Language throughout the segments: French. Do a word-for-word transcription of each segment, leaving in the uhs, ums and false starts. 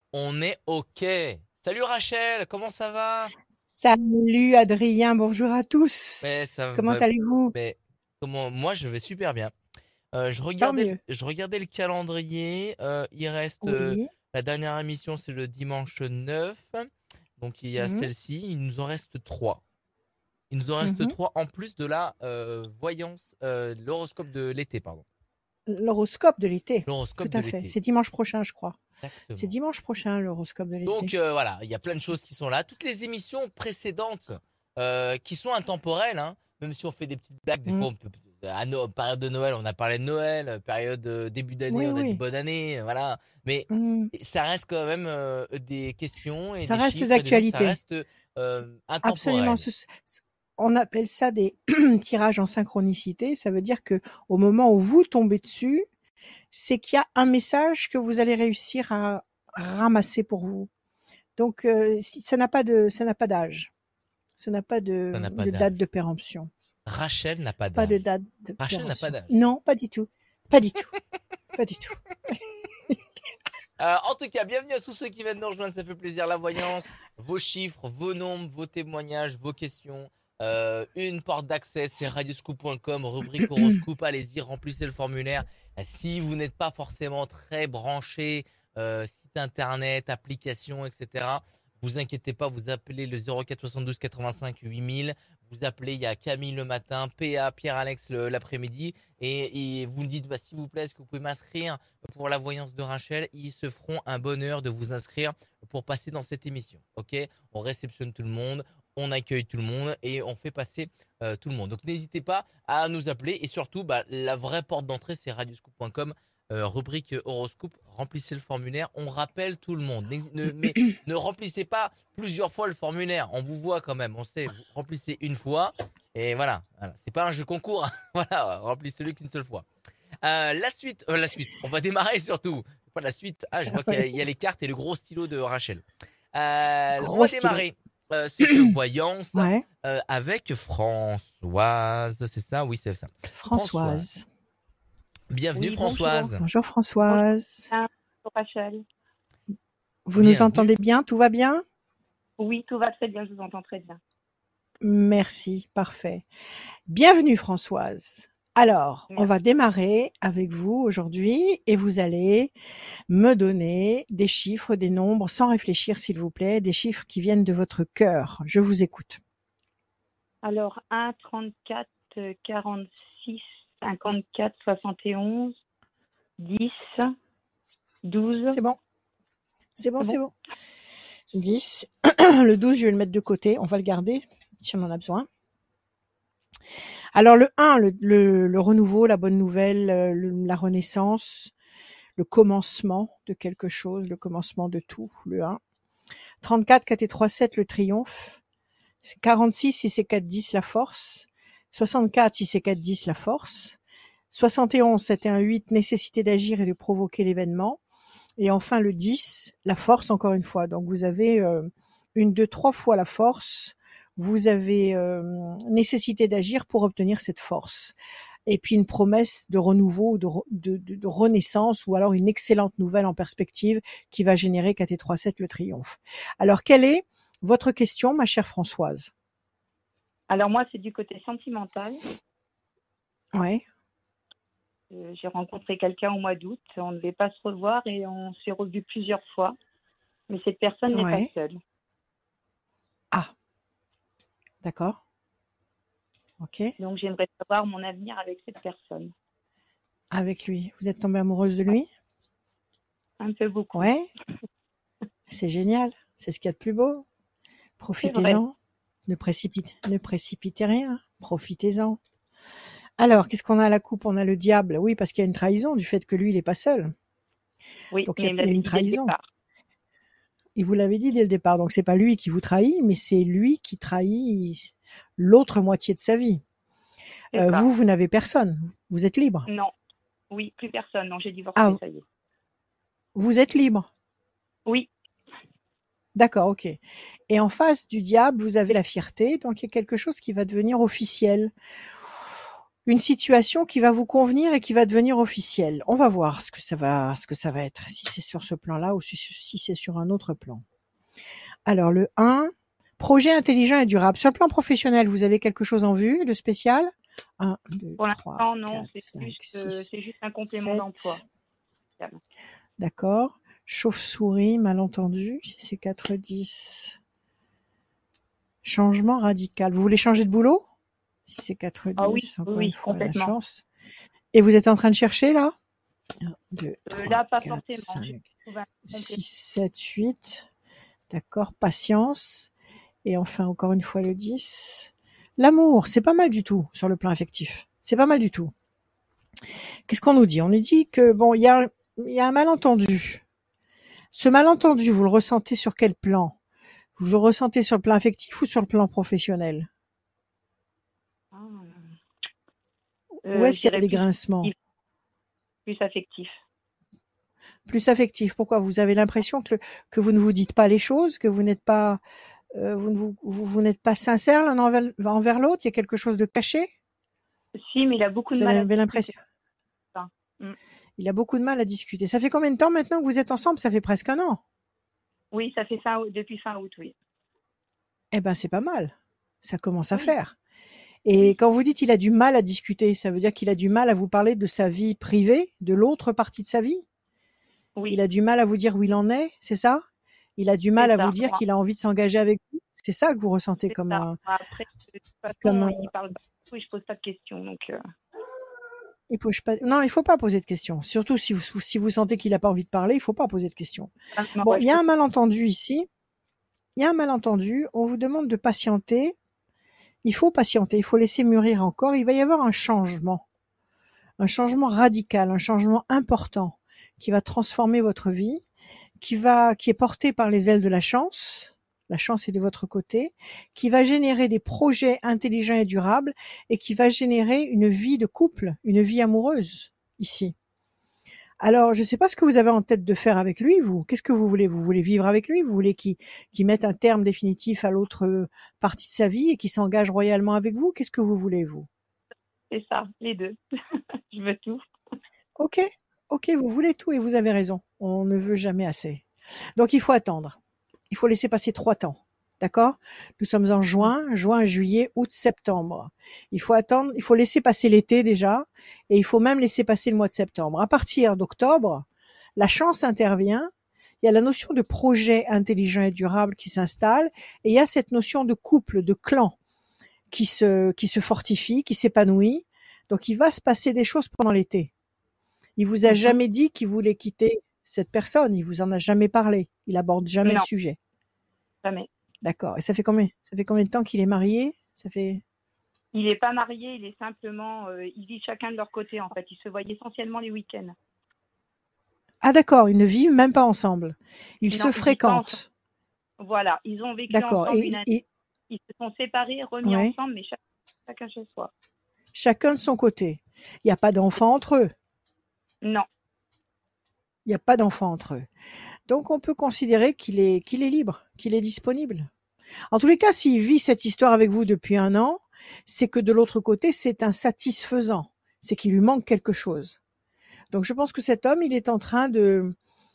On est OK. Salut Rachel, comment ça va? Salut Adrien, bonjour à tous. Mais ça Comment va. allez-vous? Mais comment? Moi, je vais super bien. Euh, je Tant regardais, le- mieux. je regardais le calendrier. Euh, il reste euh, Oui. la dernière émission, c'est le dimanche neuf. Donc il y a Mhm, celle-ci. Il nous en reste trois. Il nous en reste mhm. trois en plus de la euh, voyance, euh, l'horoscope de l'été, pardon. L'horoscope de l'été. Tout L'horoscope de à fait. l'été, C'est dimanche prochain, je crois. C'est exactement. dimanche prochain, l'horoscope de Donc l'été. euh, voilà, il y a plein de choses qui sont là. Toutes les émissions précédentes euh, qui sont intemporelles, hein, même si on fait des petites blagues, des Mm. fois, on peut, à no- période de Noël, on a parlé de Noël, euh, période euh, début d'année, Oui, on a dit oui. bonne année, euh, voilà. Mais Mm. ça reste quand même euh, des questions et Ça des reste chiffres et des nombres, ça d'actualité. reste euh, Absolument. intemporel. Ce- ce- On appelle ça des tirages en synchronicité. Ça veut dire que au moment où vous tombez dessus, c'est qu'il y a un message que vous allez réussir à ramasser pour vous. Donc, euh, si- ça n'a pas de, ça n'a pas d'âge. Ça n'a pas Ça de, n'a pas de date de d'âge. péremption. Rachel n'a pas Pas de d'âge. date de Rachel n'a pas péremption. d'âge. Non, pas du tout. Pas du tout. Pas du tout. Euh, en tout cas, bienvenue à tous ceux qui viennent nous rejoindre, ça fait plaisir. La voyance, vos chiffres, vos nombres, vos témoignages, vos questions. Euh, une porte d'accès, c'est radioscoop point com, rubrique horoscope. Allez-y, remplissez le formulaire. Euh, Si vous n'êtes pas forcément très branché, euh, site internet, application, et cetera, vous inquiétez pas, vous appelez le zéro quatre soixante-douze quatre-vingt-cinq huit mille. Vous appelez, il y a Camille le matin, P A, Pierre-Alex le- l'après-midi. Et, et vous me dites, bah, s'il vous plaît, est-ce que vous pouvez m'inscrire pour la voyance de Rachel? Ils se feront un bonheur de vous inscrire pour passer dans cette émission. Ok? On réceptionne tout le monde, on accueille tout le monde et on fait passer euh, tout le monde. Donc n'hésitez pas à nous appeler et surtout, bah, la vraie porte d'entrée, c'est radioscoop point com, euh, rubrique horoscope. Remplissez le formulaire, on rappelle tout le monde. Ne, mais ne remplissez pas plusieurs fois le formulaire. On vous voit quand même, on sait. Vous remplissez une fois et voilà. voilà. C'est pas un jeu concours. Hein. Voilà, remplissez-le qu'une seule fois. Euh, la suite, euh, la suite. On va démarrer surtout. Pas la suite. Ah, je vois qu'il y, a- Ouais. il y a les cartes et le gros stylo de Rachel. Euh, on Gros va stylo. démarrer euh, cette voyance Ouais. euh, avec Françoise. C'est ça? Oui, c'est ça. Françoise. Françoise. Bienvenue Oui, bonjour. Françoise. Bonjour Bonjour, Françoise. Anne. Bonjour, Rachel. Vous nous Bienvenue. entendez bien? Tout va bien? Oui, tout va très bien, je vous entends très bien. Merci. Parfait. Bienvenue Françoise. Alors, on va Merci. démarrer avec vous aujourd'hui et vous allez me donner des chiffres, des nombres, sans réfléchir s'il vous plaît, des chiffres qui viennent de votre cœur. Je vous écoute. Alors, un, trente-quatre, euh, quarante-six, cinquante-quatre, soixante et onze, dix, douze. C'est bon, c'est bon, C'est c'est bon? bon. dix. Le douze, je vais le mettre de côté. On va le garder si on en a besoin. Alors le un, le, le, le renouveau, la bonne nouvelle, euh, le- la renaissance, le commencement de quelque chose, le commencement de tout, le un. trente-quatre, quatre et trois, sept, le triomphe. quarante-six, si c'est quatre, dix, la force. soixante-quatre, si c'est quatre, dix, la force. soixante et onze, sept et un, huit, nécessité d'agir et de provoquer l'événement. Et enfin le dix, la force encore une fois. Donc vous avez euh, une, deux, trois fois la force. Vous avez euh, nécessité d'agir pour obtenir cette force. Et puis une promesse de renouveau, de, de, de, de renaissance, ou alors une excellente nouvelle en perspective qui va générer quatre et trois, sept, le triomphe. Alors quelle est votre question, ma chère Françoise? Alors, moi, c'est du côté sentimental. Ouais. Euh, j'ai rencontré quelqu'un au mois d'août. On ne devait pas se revoir et on s'est revus plusieurs fois. Mais cette personne n'est pas Ouais. seule. Ah, d'accord. Ok. Donc, j'aimerais savoir mon avenir avec cette personne. Avec lui. Vous êtes tombée amoureuse de Ouais, lui? un peu beaucoup. Ouais. C'est génial. C'est ce qu'il y a de plus beau. C'est vrai. Profitez-en. Ne précipitez, ne précipitez rien. Profitez-en. Alors, qu'est-ce qu'on a à la coupe? On a le diable. Oui, parce qu'il y a une trahison du fait que lui, il n'est pas seul. Oui, Donc, il y mais a, il il y a m'avait une dit dès le trahison. départ. Il vous l'avait dit dès le départ. Donc, c'est pas lui qui vous trahit, mais c'est lui qui trahit l'autre moitié de sa vie. C'est Euh, ça. vous, vous n'avez personne. Vous êtes libre. Non. Oui, plus personne. Non, j'ai divorcé, Ah, ça y est. vous êtes libre. Oui, D'accord, ok. Et en face du diable, vous avez la fierté. Donc, il y a quelque chose qui va devenir officiel. une situation qui va vous convenir et qui va devenir officielle. On va voir ce que ça va, ce que ça va être, si c'est sur ce plan-là ou si, si c'est sur un autre plan. Alors, le un, projet intelligent et durable. Sur le plan professionnel, vous avez quelque chose en vue de spécial? un, deux, Pour trois, l'instant, non, quatre, c'est cinq, juste, euh, six, c'est juste un complément sept. d'emploi. D'accord. Chauve-souris, malentendu. Si c'est quatre, dix. Changement radical. Vous voulez changer de boulot? Si c'est quatre, Ah oui, dix, encore oui, une oui, fois, la complètement. chance. Et vous êtes en train de chercher, là? un, deux, Euh, trois, là, pas quatre, forcément. J'ai cinq, trouvé un six, complément. sept, huit. D'accord. Patience. Et enfin, encore une fois, le dix. L'amour, c'est pas mal du tout sur le plan affectif. C'est pas mal du tout. Qu'est-ce qu'on nous dit? On nous dit que, bon, il y a, il y a un malentendu. Ce malentendu, vous le ressentez sur quel plan? Vous le ressentez sur le plan affectif ou sur le plan professionnel? Ah. Où Euh, est-ce je qu'il y a dirais des plus grincements? affectif, plus affectif. Plus affectif. Pourquoi? Vous avez l'impression que, le- que vous ne vous dites pas les choses, que vous n'êtes pas, euh, vous, ne vous, vous, vous n'êtes pas sincère l'un envers, envers l'autre? Il y a quelque chose de caché? Si, mais il a beaucoup de Vous mal à avez discuter. l'impression. Ça. Mm. Il a beaucoup de mal à discuter. Ça fait combien de temps maintenant que vous êtes ensemble? Ça fait presque un an. Oui, ça fait fin août- depuis fin août, oui. Eh ben, c'est pas mal. Ça commence à Oui, faire. Et oui, quand vous dites il a du mal à discuter, ça veut dire qu'il a du mal à vous parler de sa vie privée, de l'autre partie de sa vie? Il oui, a du mal à vous dire où il en est, c'est ça? Il a du mal c'est à vous ça. dire Bon, qu'il a envie de s'engager avec vous? C'est ça que vous ressentez c'est comme ça. un, Après, de toute comme façon, un, il parle pas beaucoup et je pose pas de questions. Donc, euh, il pose pas, non, il faut pas poser de questions. Surtout si vous, si vous sentez qu'il a pas envie de parler, il faut pas poser de questions. ah, non, Bon, ouais, il je y a pose un pas. malentendu ici. Il y a un malentendu. On vous demande de patienter. Il faut patienter. Il faut laisser mûrir encore. Il va y avoir un changement. Un changement radical, un changement important qui va transformer votre vie, qui va, qui est porté par les ailes de la chance. La chance est de votre côté, qui va générer des projets intelligents et durables et qui va générer une vie de couple, une vie amoureuse ici. Alors, je ne sais pas ce que vous avez en tête de faire avec lui, vous. Qu'est-ce que vous voulez? Vous voulez vivre avec lui? Vous voulez qu'il qu'il mette un terme définitif à l'autre euh, partie de sa vie et qu'il s'engage royalement avec vous? Qu'est-ce que vous voulez, vous? C'est ça, les deux. Je veux tout. Ok, ok, vous voulez tout et vous avez raison. On ne veut jamais assez. Donc, il faut attendre. Il faut laisser passer trois temps. D'accord? Nous sommes en Mm. juin, juin, juillet, août, septembre. Il faut attendre, il faut laisser passer l'été déjà, et il faut même laisser passer le mois de septembre. À partir d'octobre, la chance intervient. Il y a la notion de projet intelligent et durable qui s'installe, et il y a cette notion de couple, de clan qui se, qui se fortifie, qui s'épanouit. Donc, il va se passer des choses pendant l'été. Il vous a Mhm. jamais dit qu'il voulait quitter cette personne. Il vous en a jamais parlé. Il aborde jamais le Non, sujet. jamais. D'accord. Et ça fait combien, ça fait combien de temps qu'il est marié? Ça fait, Il n'est pas marié, il est simplement, euh, ils vivent chacun de leur côté en fait. Ils se voient essentiellement les week-ends. ah d'accord, ils ne vivent même pas ensemble. Ils Non, se ils vivent pas ensemble. fréquentent. Voilà, ils ont vécu D'accord. ensemble une Et, année. et, Ils se sont séparés, remis ouais. ensemble, mais chacun, chacun chez soi. Chacun de son côté. Il n'y a pas d'enfants entre eux. Non, Il n'y a pas d'enfants entre eux. Donc on peut considérer qu'il est, qu'il est libre, qu'il est disponible. En tous les cas, s'il vit cette histoire avec vous depuis un an, c'est que de l'autre côté, c'est insatisfaisant. C'est qu'il lui manque quelque chose. Donc je pense que cet homme, il est en train de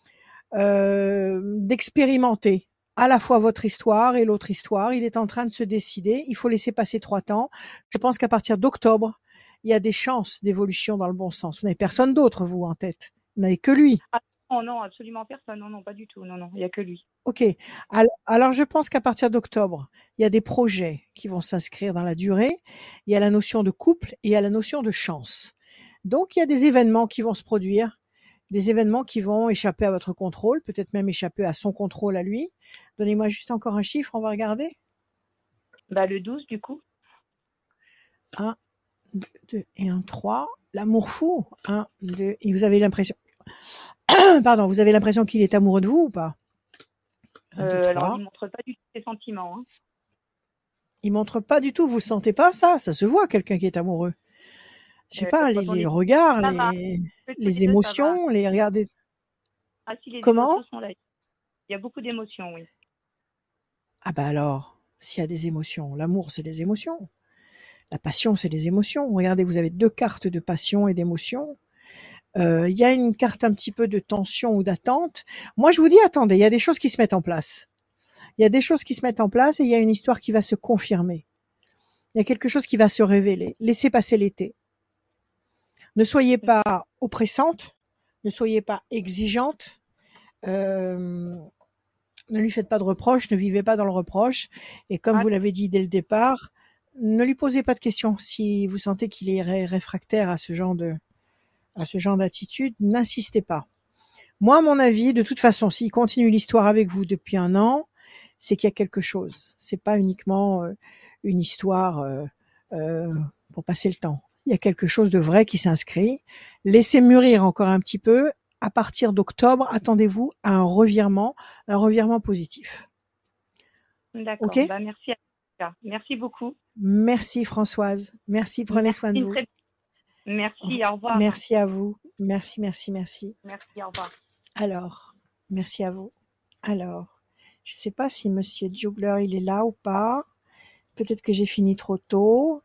euh, d'expérimenter à la fois votre histoire et l'autre histoire. Il est en train de se décider. Il faut laisser passer trois temps. Je pense qu'à partir d'octobre, il y a des chances d'évolution dans le bon sens. Vous n'avez personne d'autre, vous, en tête. Vous n'avez que lui. ah, non, non, absolument personne. Non, non, pas du tout. Non, non, il n'y a que lui. Ok. Alors, alors je pense qu'à partir d'octobre, il y a des projets qui vont s'inscrire dans la durée. Il y a la notion de couple et il y a la notion de chance. Donc, il y a des événements qui vont se produire, des événements qui vont échapper à votre contrôle, peut-être même échapper à son contrôle à lui. Donnez-moi juste encore un chiffre, on va regarder. Bah, le douze, du coup. un, deux, deux et un, trois. L'amour fou. un, deux. Et vous avez l'impression, pardon, vous avez l'impression qu'il est amoureux de vous ou pas? un, deux, Euh, alors, il trois. ne montre pas du tout ses sentiments. Hein. Il montre pas du tout, vous le sentez pas ça? Ça se voit, quelqu'un qui est amoureux. Je sais Euh, pas, les, quand on les est regards, ça va. les, Que tous les les deux, ça va. émotions, les regards des... Ah, si, les Comment? émotions sont là. Il y a beaucoup d'émotions, oui. Ah bah alors, s'il y a des émotions, l'amour c'est des émotions. La passion, c'est les émotions. Regardez, vous avez deux cartes de passion et d'émotion. Euh, il y a une carte un petit peu de tension ou d'attente. Moi, je vous dis, attendez, il y a des choses qui se mettent en place. Il y a des choses qui se mettent en place et il y a une histoire qui va se confirmer. Il y a quelque chose qui va se révéler. Laissez passer l'été. Ne soyez pas oppressante, ne soyez pas exigeante, euh, ne lui faites pas de reproches, ne vivez pas dans le reproche. Et comme Ah, vous l'avez dit dès le départ, ne lui posez pas de questions. Si vous sentez qu'il est ré- réfractaire à ce genre de, à ce genre d'attitude, n'insistez pas. Moi, à mon avis, de toute façon, s'il continue l'histoire avec vous depuis un an, c'est qu'il y a quelque chose. C'est pas uniquement euh, une histoire euh, euh, pour passer le temps. Il y a quelque chose de vrai qui s'inscrit. Laissez mûrir encore un petit peu. À partir d'octobre, attendez-vous à un revirement, un revirement positif. d'accord. Ok ? Bah, merci. à- Merci beaucoup. Merci Françoise. Merci, prenez Merci, soin de une vous. très- Merci, au revoir. Merci à vous. Merci, merci, merci. Merci, au revoir. Alors, merci à vous. Alors, je ne sais pas si Monsieur Jugler il est là ou pas. Peut-être que j'ai fini trop tôt.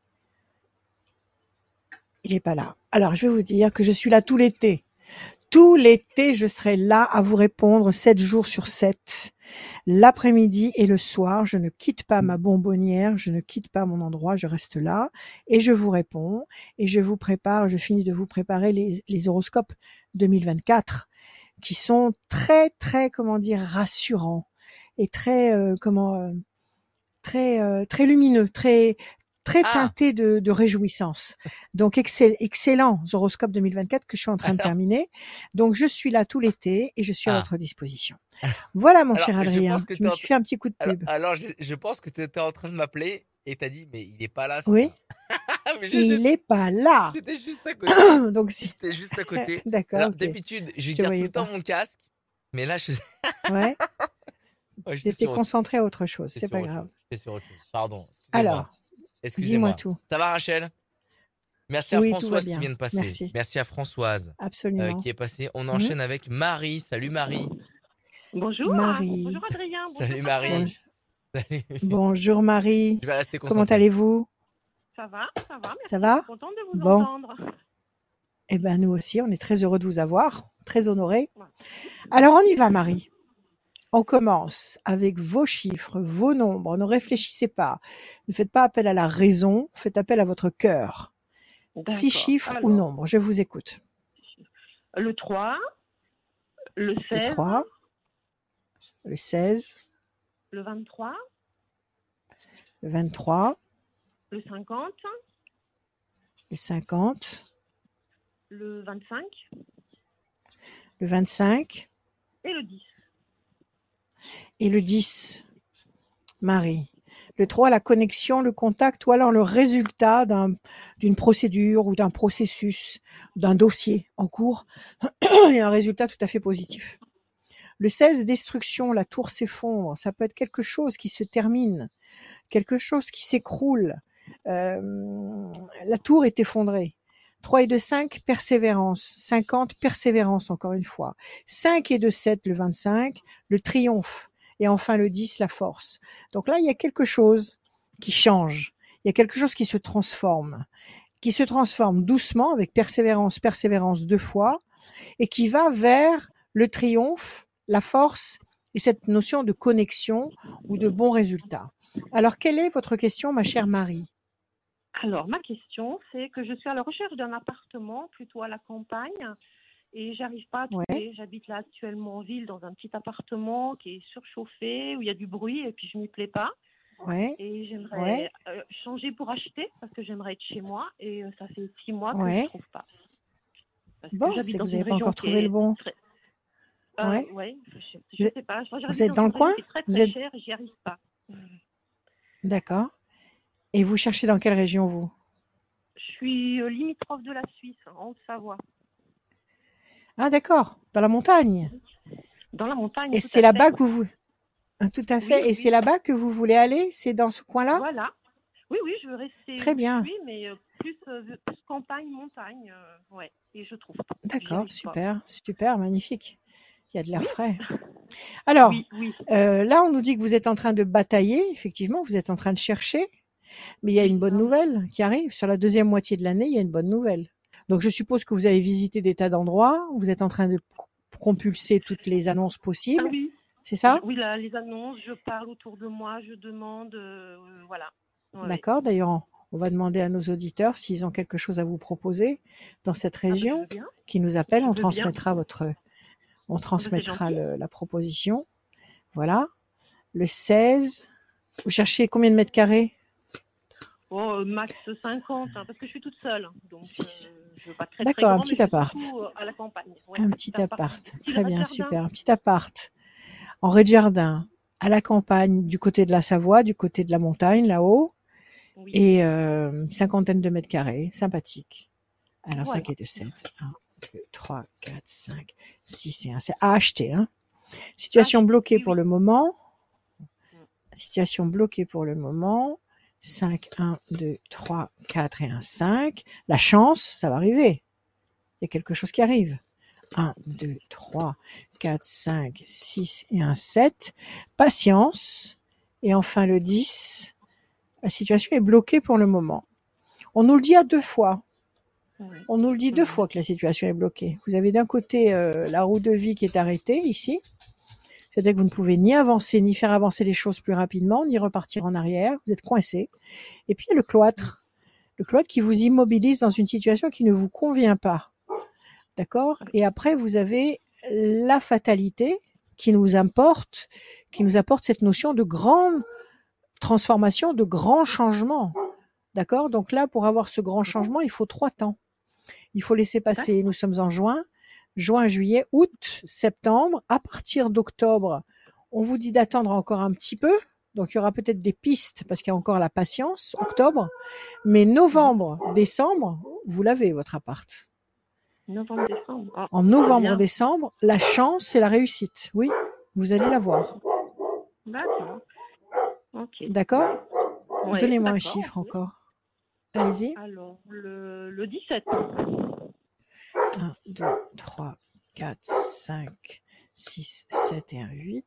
Il n'est pas là. Alors, je vais vous dire que je suis là tout l'été. Tout l'été, je serai là à vous répondre sept jours sur sept. L'après-midi et le soir, je ne quitte pas ma bonbonnière, je ne quitte pas mon endroit, je reste là et je vous réponds et je vous prépare, je finis de vous préparer les, les horoscopes deux mille vingt-quatre qui sont très, très, comment dire, rassurants et très, euh, comment, euh, très, euh, très lumineux, très, très Ah, teintés de, de réjouissance. Donc, excell- excellent horoscope deux mille vingt-quatre que je suis en train de alors, terminer. Donc, je suis là tout l'été et je suis à ah, votre disposition. Voilà, mon alors, cher je Adrien. pense que Je t'es me en, suis fait un petit coup de alors, pub. alors, je, je pense que tu étais en train de m'appeler et t'as dit, mais il est pas là, Oui, celui-là. Mais il j'étais est pas là. j'étais juste à côté. Donc, si... J'étais juste à côté. D'accord, Alors, ok. d'habitude, je Je te garde tout voyais le temps pas. mon casque, mais là, je, Ouais, ouais, j'étais j'étais sur autre chose. concentré à autre chose. J'étais C'est sur pas autre grave. chose. J'étais sur autre chose. Pardon, excusez-moi. Alors, dis-moi Excusez-moi. tout. Ça va, Rachel? Merci à Oui, tout va Françoise qui vient bien. de passer. Merci. Merci à Françoise euh, Absolument. qui est passée. On Mhm. enchaîne avec Marie. Salut Marie. Bonjour. Marie. Bonjour Adrien. Bonjour Salut Rachel. Marie. Bonjour. Salut. Bonjour Marie. Je vais rester Comment concentré. allez-vous? Ça va, ça va. Merci. Ça Je va? suis contente de vous Bon. entendre. Eh ben nous aussi, on est très heureux de vous avoir, très honorés. Ouais. Alors on y va, Marie. On commence avec vos chiffres, vos nombres. Ne réfléchissez pas. Ne faites pas appel à la raison. Faites appel à votre cœur. Six D'accord. chiffres ou Alors, nombres. Je vous écoute. le trois, le Le seize, trois, le seize, le vingt-trois, le vingt-trois, le cinquante, le cinquante, le vingt-cinq le vingt-cinq et le dix. et le dix. Marie. Le trois, la connexion, le contact ou alors le résultat d'un, d'une procédure ou d'un processus, d'un dossier en cours et un résultat tout à fait positif. Le seize, destruction, la tour s'effondre. Ça peut être quelque chose qui se termine, quelque chose qui s'écroule. Euh, la tour est effondrée. trois et deux, cinq, persévérance. cinquante, persévérance encore une fois. cinq et deux, sept, le vingt-cinq, le triomphe. Et enfin le dix, la force. Donc là, il y a quelque chose qui change. Il y a quelque chose qui se transforme. Qui se transforme doucement avec persévérance, persévérance deux fois, et qui va vers le triomphe, la force et cette notion de connexion ou de bon résultat. Alors, quelle est votre question, ma chère Marie? Alors, ma question, c'est que je suis à la recherche d'un appartement plutôt à la campagne et j'arrive pas à trouver. Ouais. J'habite là actuellement en ville dans un petit appartement qui est surchauffé, où il y a du bruit et puis je m'y plais pas. Ouais, Et j'aimerais ouais, euh, changer pour acheter parce que j'aimerais être chez moi et euh, ça fait six mois que ouais. je trouve pas. Parce que Bon, j'habite c'est que dans vous une n'avez pas région encore qui trouvé est le bon. très... Euh, Ouais. ouais, je, Vous je êtes, sais pas. Enfin, vous j'habite êtes dans dans une le région coin? qui est très Vous très êtes, chère et j'y arrive pas. d'accord. Et vous cherchez dans quelle région, vous? Je suis euh, limitrophe de la Suisse, en Haute-Savoie. Ah, d'accord. Dans la montagne. Dans la montagne, Et tout c'est à là-bas fait. que vous, ah, tout à Oui, fait. Et c'est oui, là-bas que vous voulez aller? C'est dans ce coin-là? voilà. Oui, oui, je veux rester Très où je bien. suis, mais euh, plus, euh, plus campagne, montagne. euh, ouais, et je trouve pas. J'y D'accord. arrive pas. Super, super, magnifique. Il y a de l'air Oui, frais. Alors, oui, oui. euh, là, on nous dit que vous êtes en train de batailler. Effectivement, vous êtes en train de chercher. Mais il y a une C'est bonne ça. nouvelle qui arrive. Sur la deuxième moitié de l'année, il y a une bonne nouvelle. Donc je suppose que vous avez visité des tas d'endroits, vous êtes en train de c- compulser toutes les annonces Ah possibles, oui, c'est je- ça? oui, là, les annonces, je parle autour de moi, je demande, euh, euh, voilà. Ouais, ouais. D'accord. D'ailleurs, on on va demander à nos auditeurs s'ils ont quelque chose à vous proposer dans cette Ah bah je région, veux bien, qui nous appellent. je On veux bien. transmettra votre, on Ah bah c'est transmettra gentil. le- la proposition. Voilà. Le seize. Vous cherchez combien de mètres carrés? Oh, euh, max cinquante, hein, parce que je suis toute seule. Donc, six. euh, je veux pas très très D'accord, un grand, mais petit je veux appart. surtout euh, à la campagne. Ouais, Un un petit petit appart. appart. Style Très bien, rez-de-jardin. super. Un petit appart en rez-de-jardin, à la campagne, du côté de la Savoie, du côté de la montagne, là-haut, Oui, et euh, cinquantaine de mètres carrés, sympathique. Alors, voilà. cinq et deux, sept. un, deux, trois, quatre, cinq, six et un. C'est à acheter, hein. Situation Acheter, bloquée oui, pour oui. le moment. Mm. Situation bloquée pour le moment. cinq, un, deux, trois, quatre et un, cinq. La chance, ça va arriver. Il y a quelque chose qui arrive. un, deux, trois, quatre, cinq, six et un sept. Patience. Et enfin le dix. La situation est bloquée pour le moment. On nous le dit à deux fois. Ouais. On nous le dit deux Ouais. fois que la situation est bloquée. Vous avez d'un côté euh, la roue de vie qui est arrêtée ici. C'est-à-dire que vous ne pouvez ni avancer, ni faire avancer les choses plus rapidement, ni repartir en arrière. Vous êtes coincé. Et puis il y a le cloître. Le cloître qui vous immobilise dans une situation qui ne vous convient pas. D'accord? Et après, vous avez la fatalité qui nous apporte, qui nous apporte cette notion de grande transformation, de grand changement. D'accord? Donc là, pour avoir ce grand changement, il faut trois temps. Il faut laisser passer, nous sommes en juin, juin, juillet, août, septembre. À partir d'octobre, on vous dit d'attendre encore un petit peu. Donc il y aura peut-être des pistes parce qu'il y a encore la patience, octobre. Mais novembre, décembre, vous l'avez, votre appart. Novembre, décembre. Oh, En c'est novembre, bien. décembre, la chance et la réussite. Oui, vous allez l'avoir. D'accord. Ok. D'accord? Ouais, Donnez-moi un d'accord. chiffre Ok. encore. Allez-y. Alors, le, le dix-sept. un, deux, trois, quatre, cinq, six, sept et un huit.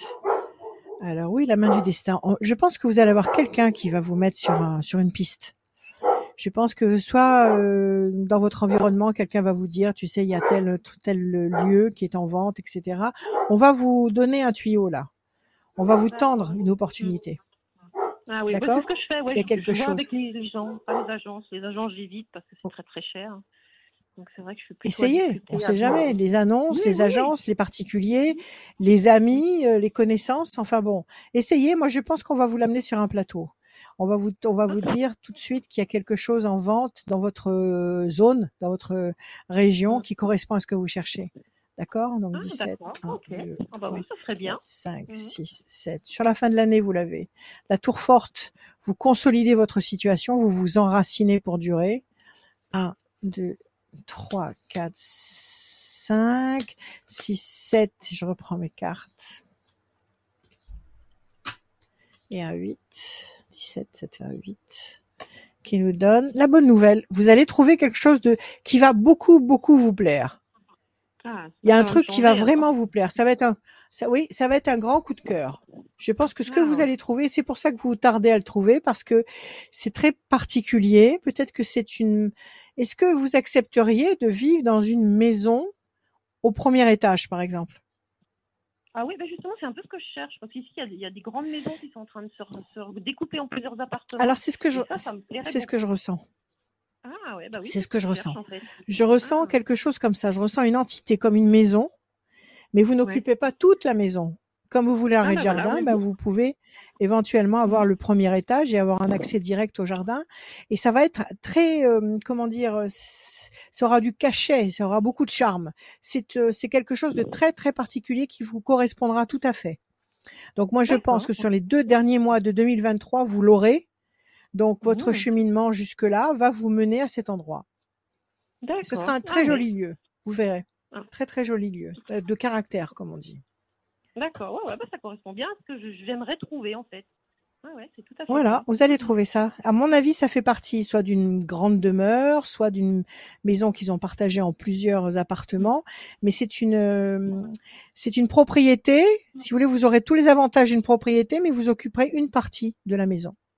Alors oui, la main du destin. On- Je pense que vous allez avoir quelqu'un qui va vous mettre sur, un, sur une piste. Je pense que soit euh, dans votre environnement, quelqu'un va vous dire, tu sais, il y a tel tel lieu qui est en vente, et cetera. On va vous donner un tuyau là. On va vous tendre une opportunité. Ah oui, bah, c'est D'accord? ce que je fais. Ouais, Il y a je, quelque je vois chose. avec les, les gens, pas les agences. Les agences, j'évite parce que c'est très très cher. Donc c'est vrai que je suis plutôt Essayez, on difficulté à sait jamais. vendre. Les annonces, Oui, les oui, agences, les particuliers, les amis, euh, les connaissances. Enfin bon, essayez. Moi, je pense qu'on va vous l'amener sur un plateau. On va vous, on va vous dire tout de suite qu'il y a quelque chose en vente dans votre euh, zone, dans votre euh, région oui. qui correspond à ce que vous cherchez. D'accord? Donc Ah, dix-sept, d'accord. un, Ok. deux, Ah bah trois, oui, ça serait bien. quatre, cinq, Mhm. six, sept. Sur la fin de l'année, vous l'avez. La tour forte, vous consolidez votre situation, vous vous enracinez pour durer. un, deux, trois, quatre, cinq, six, sept. Je reprends mes cartes. Et un huit. dix-sept, sept et un huit. Qui nous donne la bonne nouvelle. Vous allez trouver quelque chose de qui va beaucoup, beaucoup vous plaire. Ah, Il y a ça un va me truc qui va changer alors. vraiment vous plaire. Ça va être un, ça, oui, ça va être un grand coup de cœur. Je pense que ce que Ah vous ouais. allez trouver, c'est pour ça que vous tardez à le trouver, parce que c'est très particulier. Peut-être que c'est une, est-ce que vous accepteriez de vivre dans une maison au premier étage, par exemple? Ah oui, bah justement, c'est un peu ce que je cherche. Parce qu'ici, il y a des- il y, a des grandes maisons qui sont en train de se, se découper en plusieurs appartements. Alors, c'est ce que je, Et ça, ça me plairait c'est ce que je beaucoup. ressens. Ah ouais, bah oui, C'est c'est ce ce que que je je cherche ressens. en fait. Je ressens Ah, quelque chose comme ça. Je ressens une entité comme une maison, mais vous ouais. n'occupez pas toute la maison. Comme vous voulez un Ah bah voilà, rez-de-jardin, oui, ben oui. vous pouvez éventuellement avoir Mhm. le premier étage et avoir un accès direct au jardin. Et ça va être très, euh, comment dire, euh, c- ça aura du cachet, ça aura beaucoup de charme. C'est euh, c'est quelque chose de très très particulier qui vous correspondra tout à fait. Donc moi je pense D'accord. que sur les deux derniers mois de deux mille vingt-trois, vous l'aurez. Donc votre Mhm. cheminement jusque-là va vous mener à cet endroit. Et ce sera D'accord. un Ah très ouais. joli lieu. Vous verrez. Ah, Très très joli lieu. Euh, De caractère, comme on dit. d'accord. Ouais, ouais, bah ça correspond bien à ce que je- j'aimerais trouver en fait. Ah ouais, c'est tout à fait Voilà, ça. vous allez trouver ça. À mon avis, ça fait partie soit d'une grande demeure, soit d'une maison qu'ils ont partagée en plusieurs appartements. Mais c'est une, euh, c'est une propriété. Si vous voulez, vous aurez tous les avantages d'une propriété, mais vous occuperez une partie de la maison.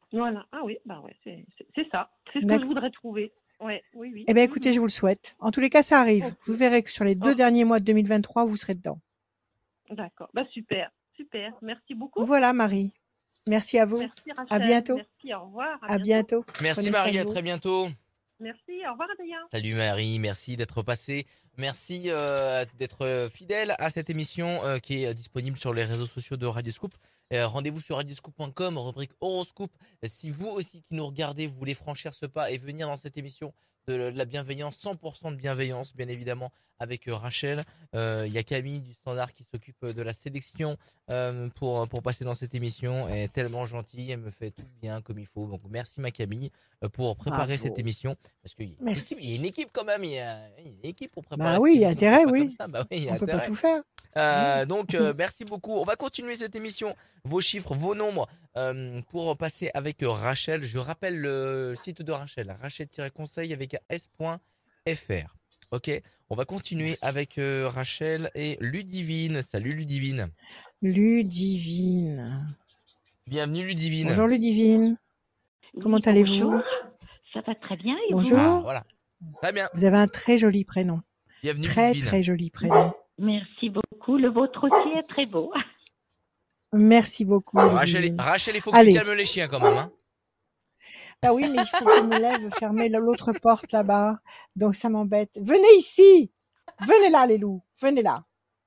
Voilà. Ah oui, bah ouais, c'est c'est- c'est ça. C'est ce que je D'accord. voudrais trouver. Ouais, oui, oui. Eh bien, Mhm. écoutez, je vous le souhaite. En tous les cas, ça arrive. Ok. Vous verrez que sur les deux Oh, derniers mois de deux mille vingt-trois, vous serez dedans. d'accord. Bah super, super. Merci beaucoup. Voilà, Marie. Merci à vous. Merci À Rachel. bientôt. Merci, au revoir. À À bientôt. bientôt. Merci Prenez soin Marie, de à vous. très bientôt. Merci, au revoir Adrien. Salut Marie, merci d'être passée. Merci euh, d'être euh, fidèle à cette émission euh, qui est euh, disponible sur les réseaux sociaux de Radioscoop. Euh, Rendez-vous sur radioscoop point com, rubrique horoscope. Si vous aussi qui nous regardez, vous voulez franchir ce pas et venir dans cette émission de, de la bienveillance, cent pour cent de bienveillance, bien évidemment, avec euh, Rachel. Euh, Il y a Camille du Standard qui s'occupe de la sélection euh, pour, pour passer dans cette émission. Elle est tellement gentille, elle me fait tout bien comme il faut. Donc merci ma Camille euh, pour préparer Bravo. cette émission. Parce qu'il y a une équipe, il y a une Merci. équipe quand même, il y a il y a une équipe pour préparer Bah cette oui, il y a émission, c'est intérêt, pas comme oui. ça. Bah oui, il y a On peut pas intérêt. tout faire. Euh, Oui. donc euh, merci beaucoup. On va continuer cette émission. Vos chiffres, vos nombres euh, pour passer avec euh, Rachel. Je rappelle le site de Rachel, rachel-conseil avec un s.fr. Ok. On va continuer Merci. avec euh, Rachel et Ludivine. Salut Ludivine. Ludivine. Bienvenue Ludivine. Bonjour Ludivine. Comment Oui, allez-vous? bonjour. Ça va très bien et vous? Bonjour. Ah voilà. Très bien. Vous avez un très joli prénom. Bienvenue Très Ludivine. très joli prénom. Merci beaucoup. Le vôtre aussi est très beau. Merci beaucoup. Rachel, Ludivine. Rachel, il faut que Allez. tu calmes les chiens quand même. Hein. Bah oui, mais il faut que je me lève fermer l'autre porte là-bas. Donc ça m'embête. Venez ici. Venez là les loups. Venez là.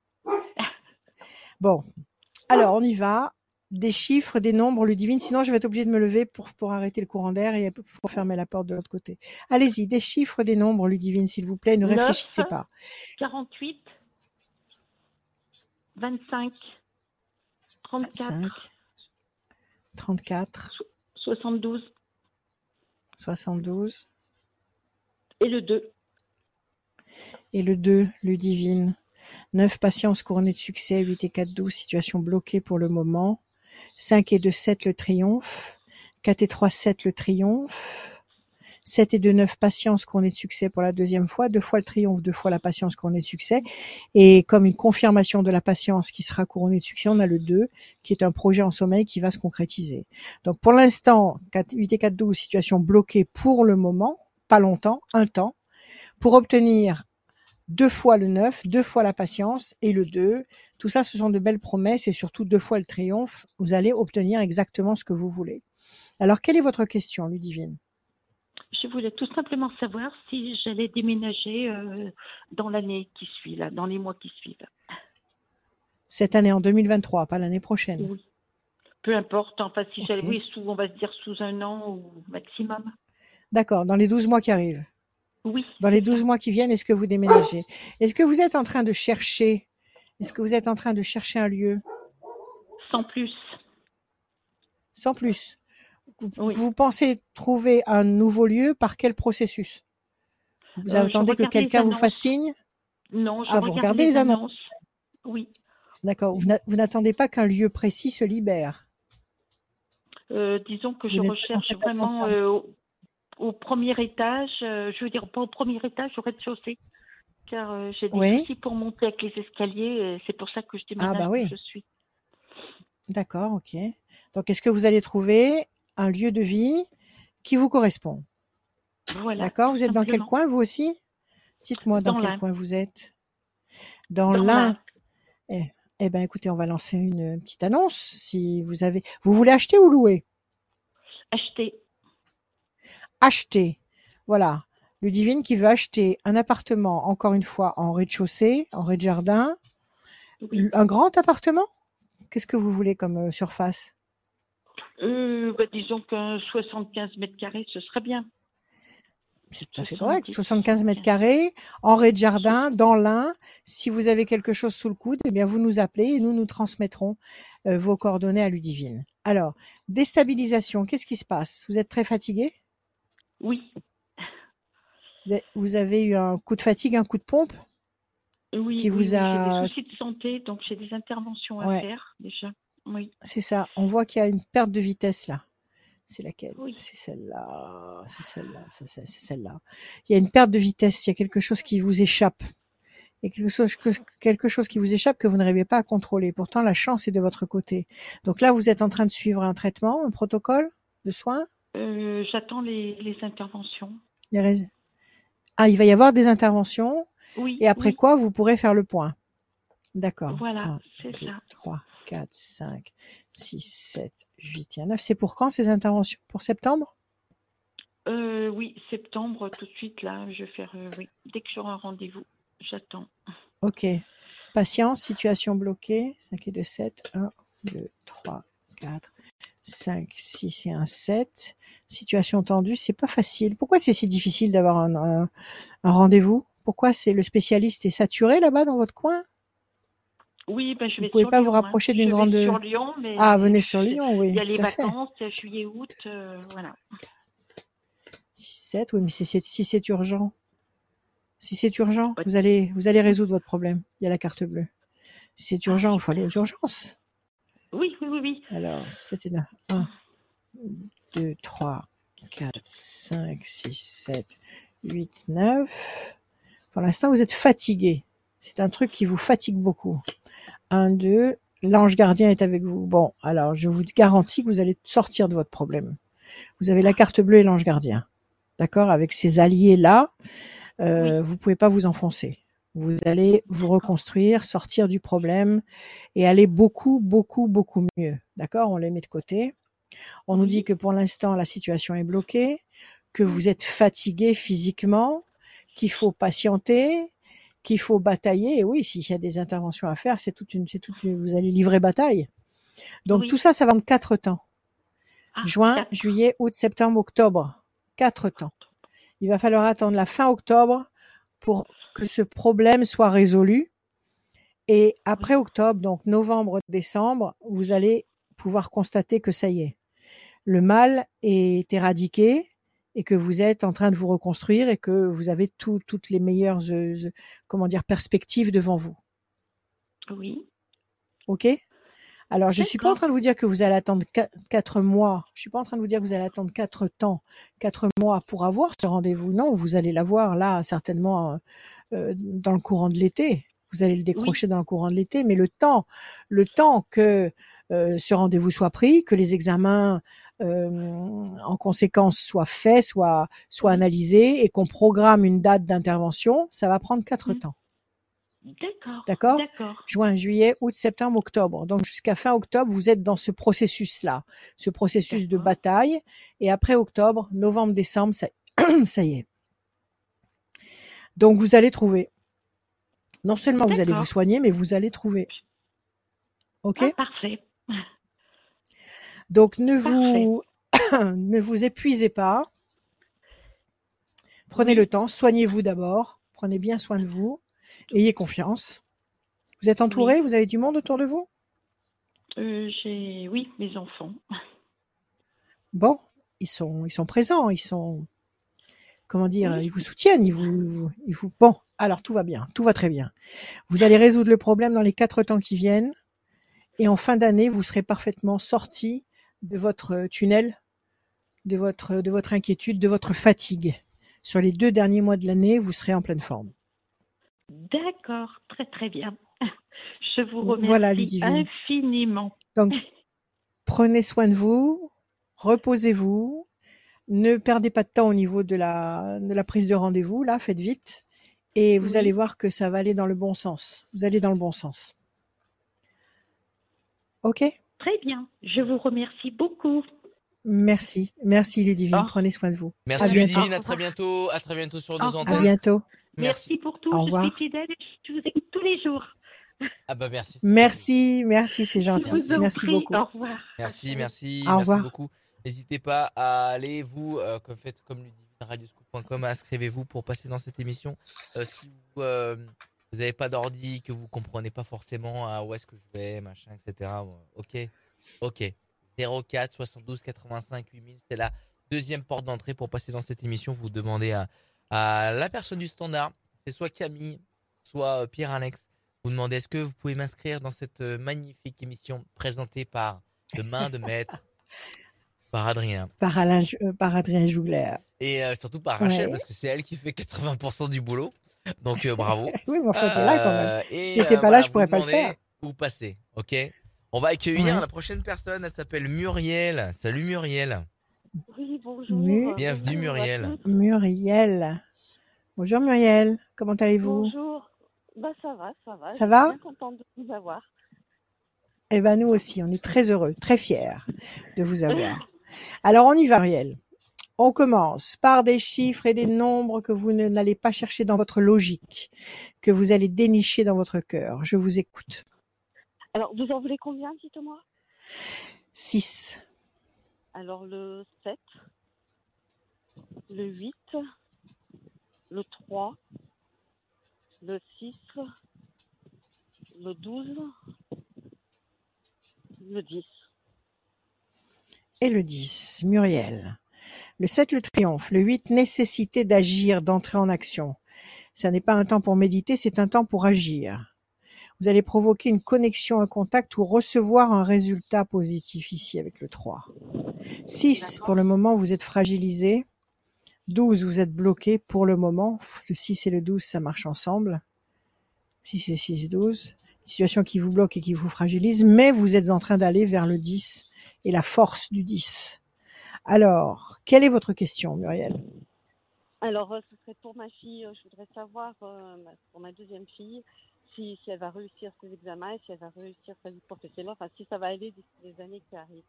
Bon. Alors on y va. Des chiffres, des nombres, Ludivine. Sinon je vais être obligée de me lever pour, pour arrêter le courant d'air et pour fermer la porte de l'autre côté. Allez-y. Des chiffres, des nombres, Ludivine, s'il vous plaît. Ne Neuf. réfléchissez pas. quarante-huit, vingt-cinq, trente-quatre, vingt-cinq, trente-quatre, soixante-douze soixante-douze. et le deux. Et le deux, Ludivine. neuf, patience couronnée de succès. huit et quatre, douze, situation bloquée pour le moment. cinq et deux, sept, le triomphe. quatre et trois, sept, le triomphe. sept et deux, neuf, patience couronnée de succès pour la deuxième fois. Deux fois le triomphe, deux fois la patience couronnée de succès. Et comme une confirmation de la patience qui sera couronnée de succès, on a le deux, qui est un projet en sommeil qui va se concrétiser. Donc pour l'instant, huit et quatre, douze, situation bloquée pour le moment, pas longtemps, un temps, pour obtenir deux fois le neuf, deux fois la patience et le deux. Tout ça, ce sont de belles promesses et surtout deux fois le triomphe. Vous allez obtenir exactement ce que vous voulez. Alors, quelle est votre question, Ludivine? Je voulais tout simplement savoir si j'allais déménager euh, dans l'année qui suit, là, dans les mois qui suivent. Cette année, en deux mille vingt-trois, pas l'année prochaine. Oui. Peu importe, enfin, si Ok. j'allais, oui, sous, on va se dire sous un an ou maximum. D'accord, dans les douze mois qui arrivent. Oui. Dans les c'est douze ça. mois qui viennent, est-ce que vous déménagez? Est-ce que vous êtes en train de chercher, est-ce que vous êtes en train de chercher un lieu? Sans plus. Sans plus. Vous, Oui. vous pensez trouver un nouveau lieu par quel processus? Vous Euh, je attendez que regarde les quelqu'un vous annonces. fasse signe? Non, je Ah, vous regarde regardez les annonces. Oui. D'accord. Vous n'a- vous n'attendez pas qu'un lieu précis se libère. Euh, disons que Vous je n'êtes pas dans recherche cette vraiment attente-là. euh, au, au premier étage, euh, je veux dire pas au premier étage, au rez-de-chaussée, car euh, j'ai des Oui. soucis pour monter avec les escaliers, et c'est pour ça que je Ah déménage bah où oui. je suis. D'accord, ok. Donc, est-ce que vous allez trouver un lieu de vie qui vous correspond? Voilà, D'accord. tout Vous êtes dans quel simplement. coin, vous aussi? Dites-moi dans Dans quel l'Ain. coin vous êtes. Dans Dans l'Ain. l'Ain. Eh, eh ben, écoutez, on va lancer une petite annonce. Si vous avez, vous voulez acheter ou louer? Acheter. Acheter. Voilà. Ludivine qui veut acheter un appartement, encore une fois, en rez-de-chaussée, en rez-de-jardin. Oui. Un grand appartement? Qu'est-ce que vous voulez comme euh, surface? Euh, bah, disons qu'un soixante-quinze mètres carrés, ce serait bien. C'est tout à fait correct. soixante-dix, soixante-quinze mètres soixante-quinze. carrés, en rez-de-jardin, dans l'Ain. Si vous avez quelque chose sous le coude, eh bien, vous nous appelez et nous nous transmettrons euh, vos coordonnées à Ludivine. Alors, déstabilisation, qu'est-ce qui se passe? Vous êtes très fatigué? Oui. Vous avez- Vous avez eu un coup de fatigue, un coup de pompe Oui, qui oui, vous oui, j'ai a... des soucis de santé, donc j'ai des interventions à Ouais, faire déjà. Oui, c'est ça. On voit qu'il y a une perte de vitesse là. C'est laquelle? oui. C'est celle-là. C'est celle-là. C'est c'est- c'est celle-là. Il y a une perte de vitesse. Il y a quelque chose qui vous échappe. Il y a quelque chose, que, quelque chose qui vous échappe que vous n'arrivez pas à contrôler. Pourtant, la chance est de votre côté. Donc là, vous êtes en train de suivre un traitement, un protocole? de soins? Euh, j'attends les, les interventions. Les rés- Ah, il va y avoir des interventions Oui, et après oui, quoi vous pourrez faire le point. D'accord. voilà, un, c'est deux, ça. trois, quatre, cinq, six, sept, huit et neuf. C'est pour quand ces interventions? Pour septembre? Euh, oui, septembre, tout de suite, là, je vais faire, euh, oui, dès que j'aurai un rendez-vous, j'attends. Ok. Patience, situation bloquée. cinq et deux, sept. un, deux, trois, quatre, cinq, six et un, sept. Situation tendue, c'est pas facile. Pourquoi c'est si difficile d'avoir un, un, un rendez-vous? Pourquoi c'est le spécialiste est saturé là-bas dans votre coin? Oui, ben, je Vous vais être pouvez sur pas vous Lyon, hein. rapprocher Je d'une vais grande... sur Lyon, Ah, mais venez sur je- Lyon, il y oui, a les tout à fait. vacances, juillet, août, euh, voilà. six, sept, oui, mais si c'est si c'est urgent, si c'est urgent, Ouais. vous allez, vous allez résoudre votre problème. Il y a la carte bleue. Si c'est urgent, il faut aller aux urgences. Oui, oui, oui, oui. Alors, c'était un, deux, trois, quatre, cinq, six, sept, huit, neuf. Pour l'instant, vous êtes fatigué. C'est un truc qui vous fatigue beaucoup. un, deux, l'ange gardien est avec vous. Bon, alors, je vous garantis que vous allez sortir de votre problème. Vous avez la carte bleue et l'ange gardien. D'accord? Avec ces alliés-là, euh, Oui. vous pouvez pas vous enfoncer. Vous allez vous reconstruire, sortir du problème et aller beaucoup, beaucoup, beaucoup mieux. D'accord? On les met de côté. On nous Oui. dit que pour l'instant, la situation est bloquée, que vous êtes fatigué physiquement, qu'il faut patienter, qu'il faut batailler. Et oui, s'il y a des interventions à faire, c'est toute une, c'est toute une, vous allez livrer bataille. Donc Oui. tout ça, ça va en quatre temps. Ah, Juin, d'accord. juillet, août, septembre, octobre. Quatre temps. Il va falloir attendre la fin octobre pour que ce problème soit résolu. Et après octobre, donc novembre, décembre, vous allez pouvoir constater que ça y est. Le mal est éradiqué et que vous êtes en train de vous reconstruire et que vous avez tout, toutes les meilleures euh, euh, comment dire, perspectives devant vous. Oui. OK? Alors, je suis pas en train de vous dire que vous allez attendre quatre mois. Je suis pas en train de vous dire que vous allez attendre quatre temps, quatre mois pour avoir ce rendez-vous. Non, vous allez l'avoir là, certainement, euh, dans le courant de l'été. Vous allez le décrocher Oui. dans le courant de l'été, mais le temps, le temps que euh, ce rendez-vous soit pris, que les examens euh, en conséquence soient faits, soient, soient Oui. analysés et qu'on programme une date d'intervention, ça va prendre quatre Mm. temps. D'accord. D'accord? D'accord. Juin, juillet, août, septembre, octobre. Donc jusqu'à fin octobre, vous êtes dans ce processus-là, ce processus de D'accord. bataille. Et après octobre, novembre, décembre, ça, ça y est. Donc vous allez trouver. Non seulement vous allez vous D'accord. soigner, mais vous allez trouver. OK? Ah, parfait. Donc ne Parfait. vous ne vous épuisez pas. Prenez Oui. le temps, soignez-vous d'abord, prenez bien soin de vous, ayez confiance. Vous êtes entouré, Oui. vous avez du monde autour de vous? Euh, j'ai, oui, mes enfants. Bon, ils sont ils sont présents, ils sont comment dire, Oui. ils vous soutiennent, ils vous ils vous bon, alors tout va bien, tout va très bien. Vous allez résoudre le problème dans les quatre temps qui viennent et en fin d'année, vous serez parfaitement sorti de votre tunnel, de votre de votre inquiétude, de votre fatigue. Sur les deux derniers mois de l'année, vous serez en pleine forme. D'accord. Très, très bien. Je vous remercie Voilà, Ludivine. infiniment. Donc, prenez soin de vous, reposez-vous, ne perdez pas de temps au niveau de la, de la prise de rendez-vous, là, faites vite, et vous Oui. allez voir que ça va aller dans le bon sens. Vous allez dans le bon sens. OK? Très bien. Je vous remercie beaucoup. Merci. Merci, Ludivine. Oh. Prenez soin de vous. Merci À bientôt. Ludivine, Au à très revoir. bientôt, à très bientôt sur Au nos revoir. À antennes. bientôt. Merci. Merci pour tout. Au Je revoir. suis fidèle et je vous écoute tous les jours. Ah bah merci. c'est gentil. Merci, merci, c'est Je gentil. vous en Merci prie. beaucoup. Au revoir. Merci, Rachel. merci, Au merci revoir. beaucoup. N'hésitez pas à aller, vous, euh, comme faites comme Ludivine, radioscoop point com, inscrivez-vous pour passer dans cette émission. Euh, si vous euh, vous n'avez pas d'ordi, que vous comprenez pas forcément à où est-ce que je vais, machin, et cetera. Bon, ok, ok. zéro quatre soixante-douze quatre-vingt-cinq huit mille, c'est la deuxième porte d'entrée pour passer dans cette émission. Vous demandez à, à la personne du standard, c'est soit Camille, soit Pierre-Alex. Vous demandez est-ce que vous pouvez m'inscrire dans cette magnifique émission présentée par de main de maître, par Adrien. Par, Alain, euh, par Adrien Jougler. Et euh, surtout par Rachel, Ouais. parce que c'est elle qui fait quatre-vingts pour cent du boulot. Donc euh, bravo. Oui, mais enfin, t'es là quand même. Euh, Si et t'étais euh, pas voilà, là, je vous pourrais pas le demandez faire. où passer, ok? On va accueillir Ouais. la prochaine personne, elle s'appelle Muriel. Salut Muriel. Oui, bonjour. Mu- Bienvenue, Bonjour à Muriel. toutes. Muriel. Bonjour Muriel, comment allez-vous? Bonjour. Bah ça va, ça va. Ça Je suis va? bien contente de vous avoir. Eh ben nous aussi, on est très heureux, très fiers de vous avoir. Alors on y va Muriel. On commence par des chiffres et des nombres que vous ne- n'allez pas chercher dans votre logique, que vous allez dénicher dans votre cœur. Je vous écoute. Alors, vous en voulez combien, dites-moi? six, Alors, le sept, le huit, le trois, le six, le douze, le dix. et le dix. Muriel. Le sept, le triomphe. Le huit, nécessité d'agir, d'entrer en action. Ça n'est pas un temps pour méditer, c'est un temps pour agir. Vous allez provoquer une connexion, un contact ou recevoir un résultat positif ici avec le trois. six, pour le moment, vous êtes fragilisé. douze, vous êtes bloqué pour le moment. Le six et le douze, ça marche ensemble. six et six, douze. Une situation qui vous bloque et qui vous fragilise, mais vous êtes en train d'aller vers le dix et la force du dix. Alors, quelle est votre question, Muriel? Alors, euh, ce serait pour ma fille, euh, je voudrais savoir, euh, ma- pour ma deuxième fille, si, si elle va réussir ses examens et si elle va réussir sa vie professionnelle, enfin, si ça va aller d'ici les années qui arrivent.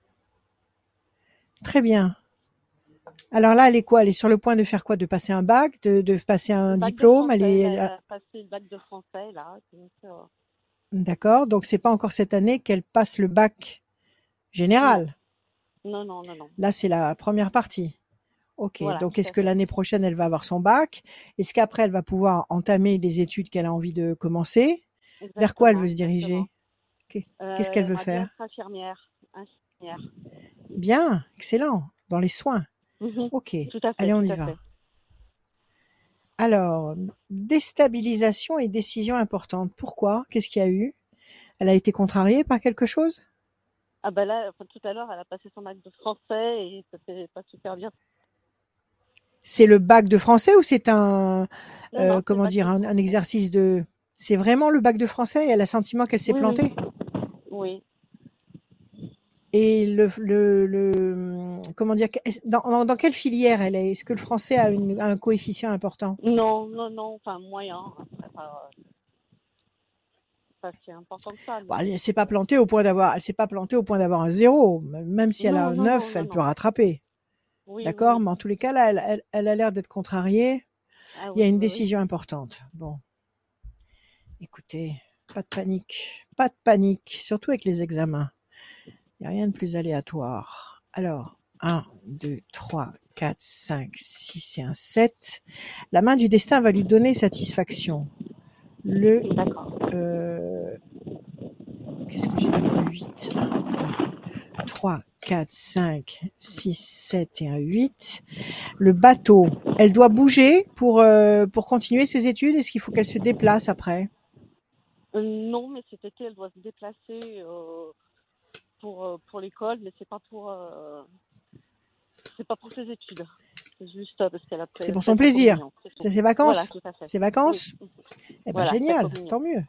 Très bien. Alors là, elle est quoi? Elle est sur le point de faire quoi? De passer un bac, de, de passer un Le bac de diplôme? Elle français, est là, elle elle a- a passé le bac de français, là. Donc, euh, D'accord. Donc c'est pas encore cette année qu'elle passe le bac général. non, non, non, non. Là, c'est la première partie. Ok. Voilà, Donc tout est-ce à que fait. l'année prochaine, elle va avoir son bac? Est-ce qu'après, elle va pouvoir entamer les études qu'elle a envie de commencer? Vers quoi elle Exactement, veut se diriger? exactement. Qu'est- Euh, Qu'est-ce qu'elle elle veut aimerait bien faire? être infirmière. Infirmière. Bien. Excellent. Dans les soins. Mhm. Ok. Tout à fait, Allez, on tout y à va. fait. Alors, déstabilisation et décision importante. Pourquoi? Qu'est-ce qu'il y a eu? Elle a été contrariée par quelque chose? Ah ben là, enfin, tout à l'heure, elle a passé son bac de français et ça s'est pas super bien. C'est le bac de français ou c'est un, Non, euh, non, c'est le comment bac dire, de un, un français. exercice de... C'est vraiment le bac de français et elle a le sentiment qu'elle s'est Oui, oui, plantée? oui. Et le, le, le, comment dire, dans, dans, dans quelle filière elle est? Est-ce que le français a, une, a un coefficient important? Non, non, non, enfin moyen. Après, pas, pas si important que ça. Bon, Mais... elle s'est pas plantée au point d'avoir, elle s'est pas plantée au point d'avoir un zéro. Même si elle a Non, un non, non, neuf, non, elle peut non. rattraper. Oui, oui, D'accord? oui. Mais en tous les cas, là, elle, elle, elle a l'air d'être contrariée. Ah Il y a oui, une oui, décision importante. Bon. Écoutez, pas de panique. Pas de panique. Surtout avec les examens. Il n'y a rien de plus aléatoire. Alors, un, deux, trois, quatre, cinq, six et un sept. La main du destin va lui donner satisfaction. Le, oui. D'accord. euh, qu'est-ce que j'ai mis? Le huit. un, deux, trois, quatre, cinq, six, sept et un huit. Le bateau. Elle doit bouger pour, euh, pour continuer ses études. Est-ce qu'il faut qu'elle se déplace après? Euh, non, mais cet été, elle doit se déplacer euh, pour, euh, pour l'école, mais c'est pas pour euh, c'est pas pour ses études. C'est juste euh, parce qu'elle a C'est fait pour fait son sa plaisir. communion. C'est tout. C'est ses Voilà, vacances? tout à fait. Ses Oui. vacances? Eh ben, Voilà, sa génial. communion. Tant mieux.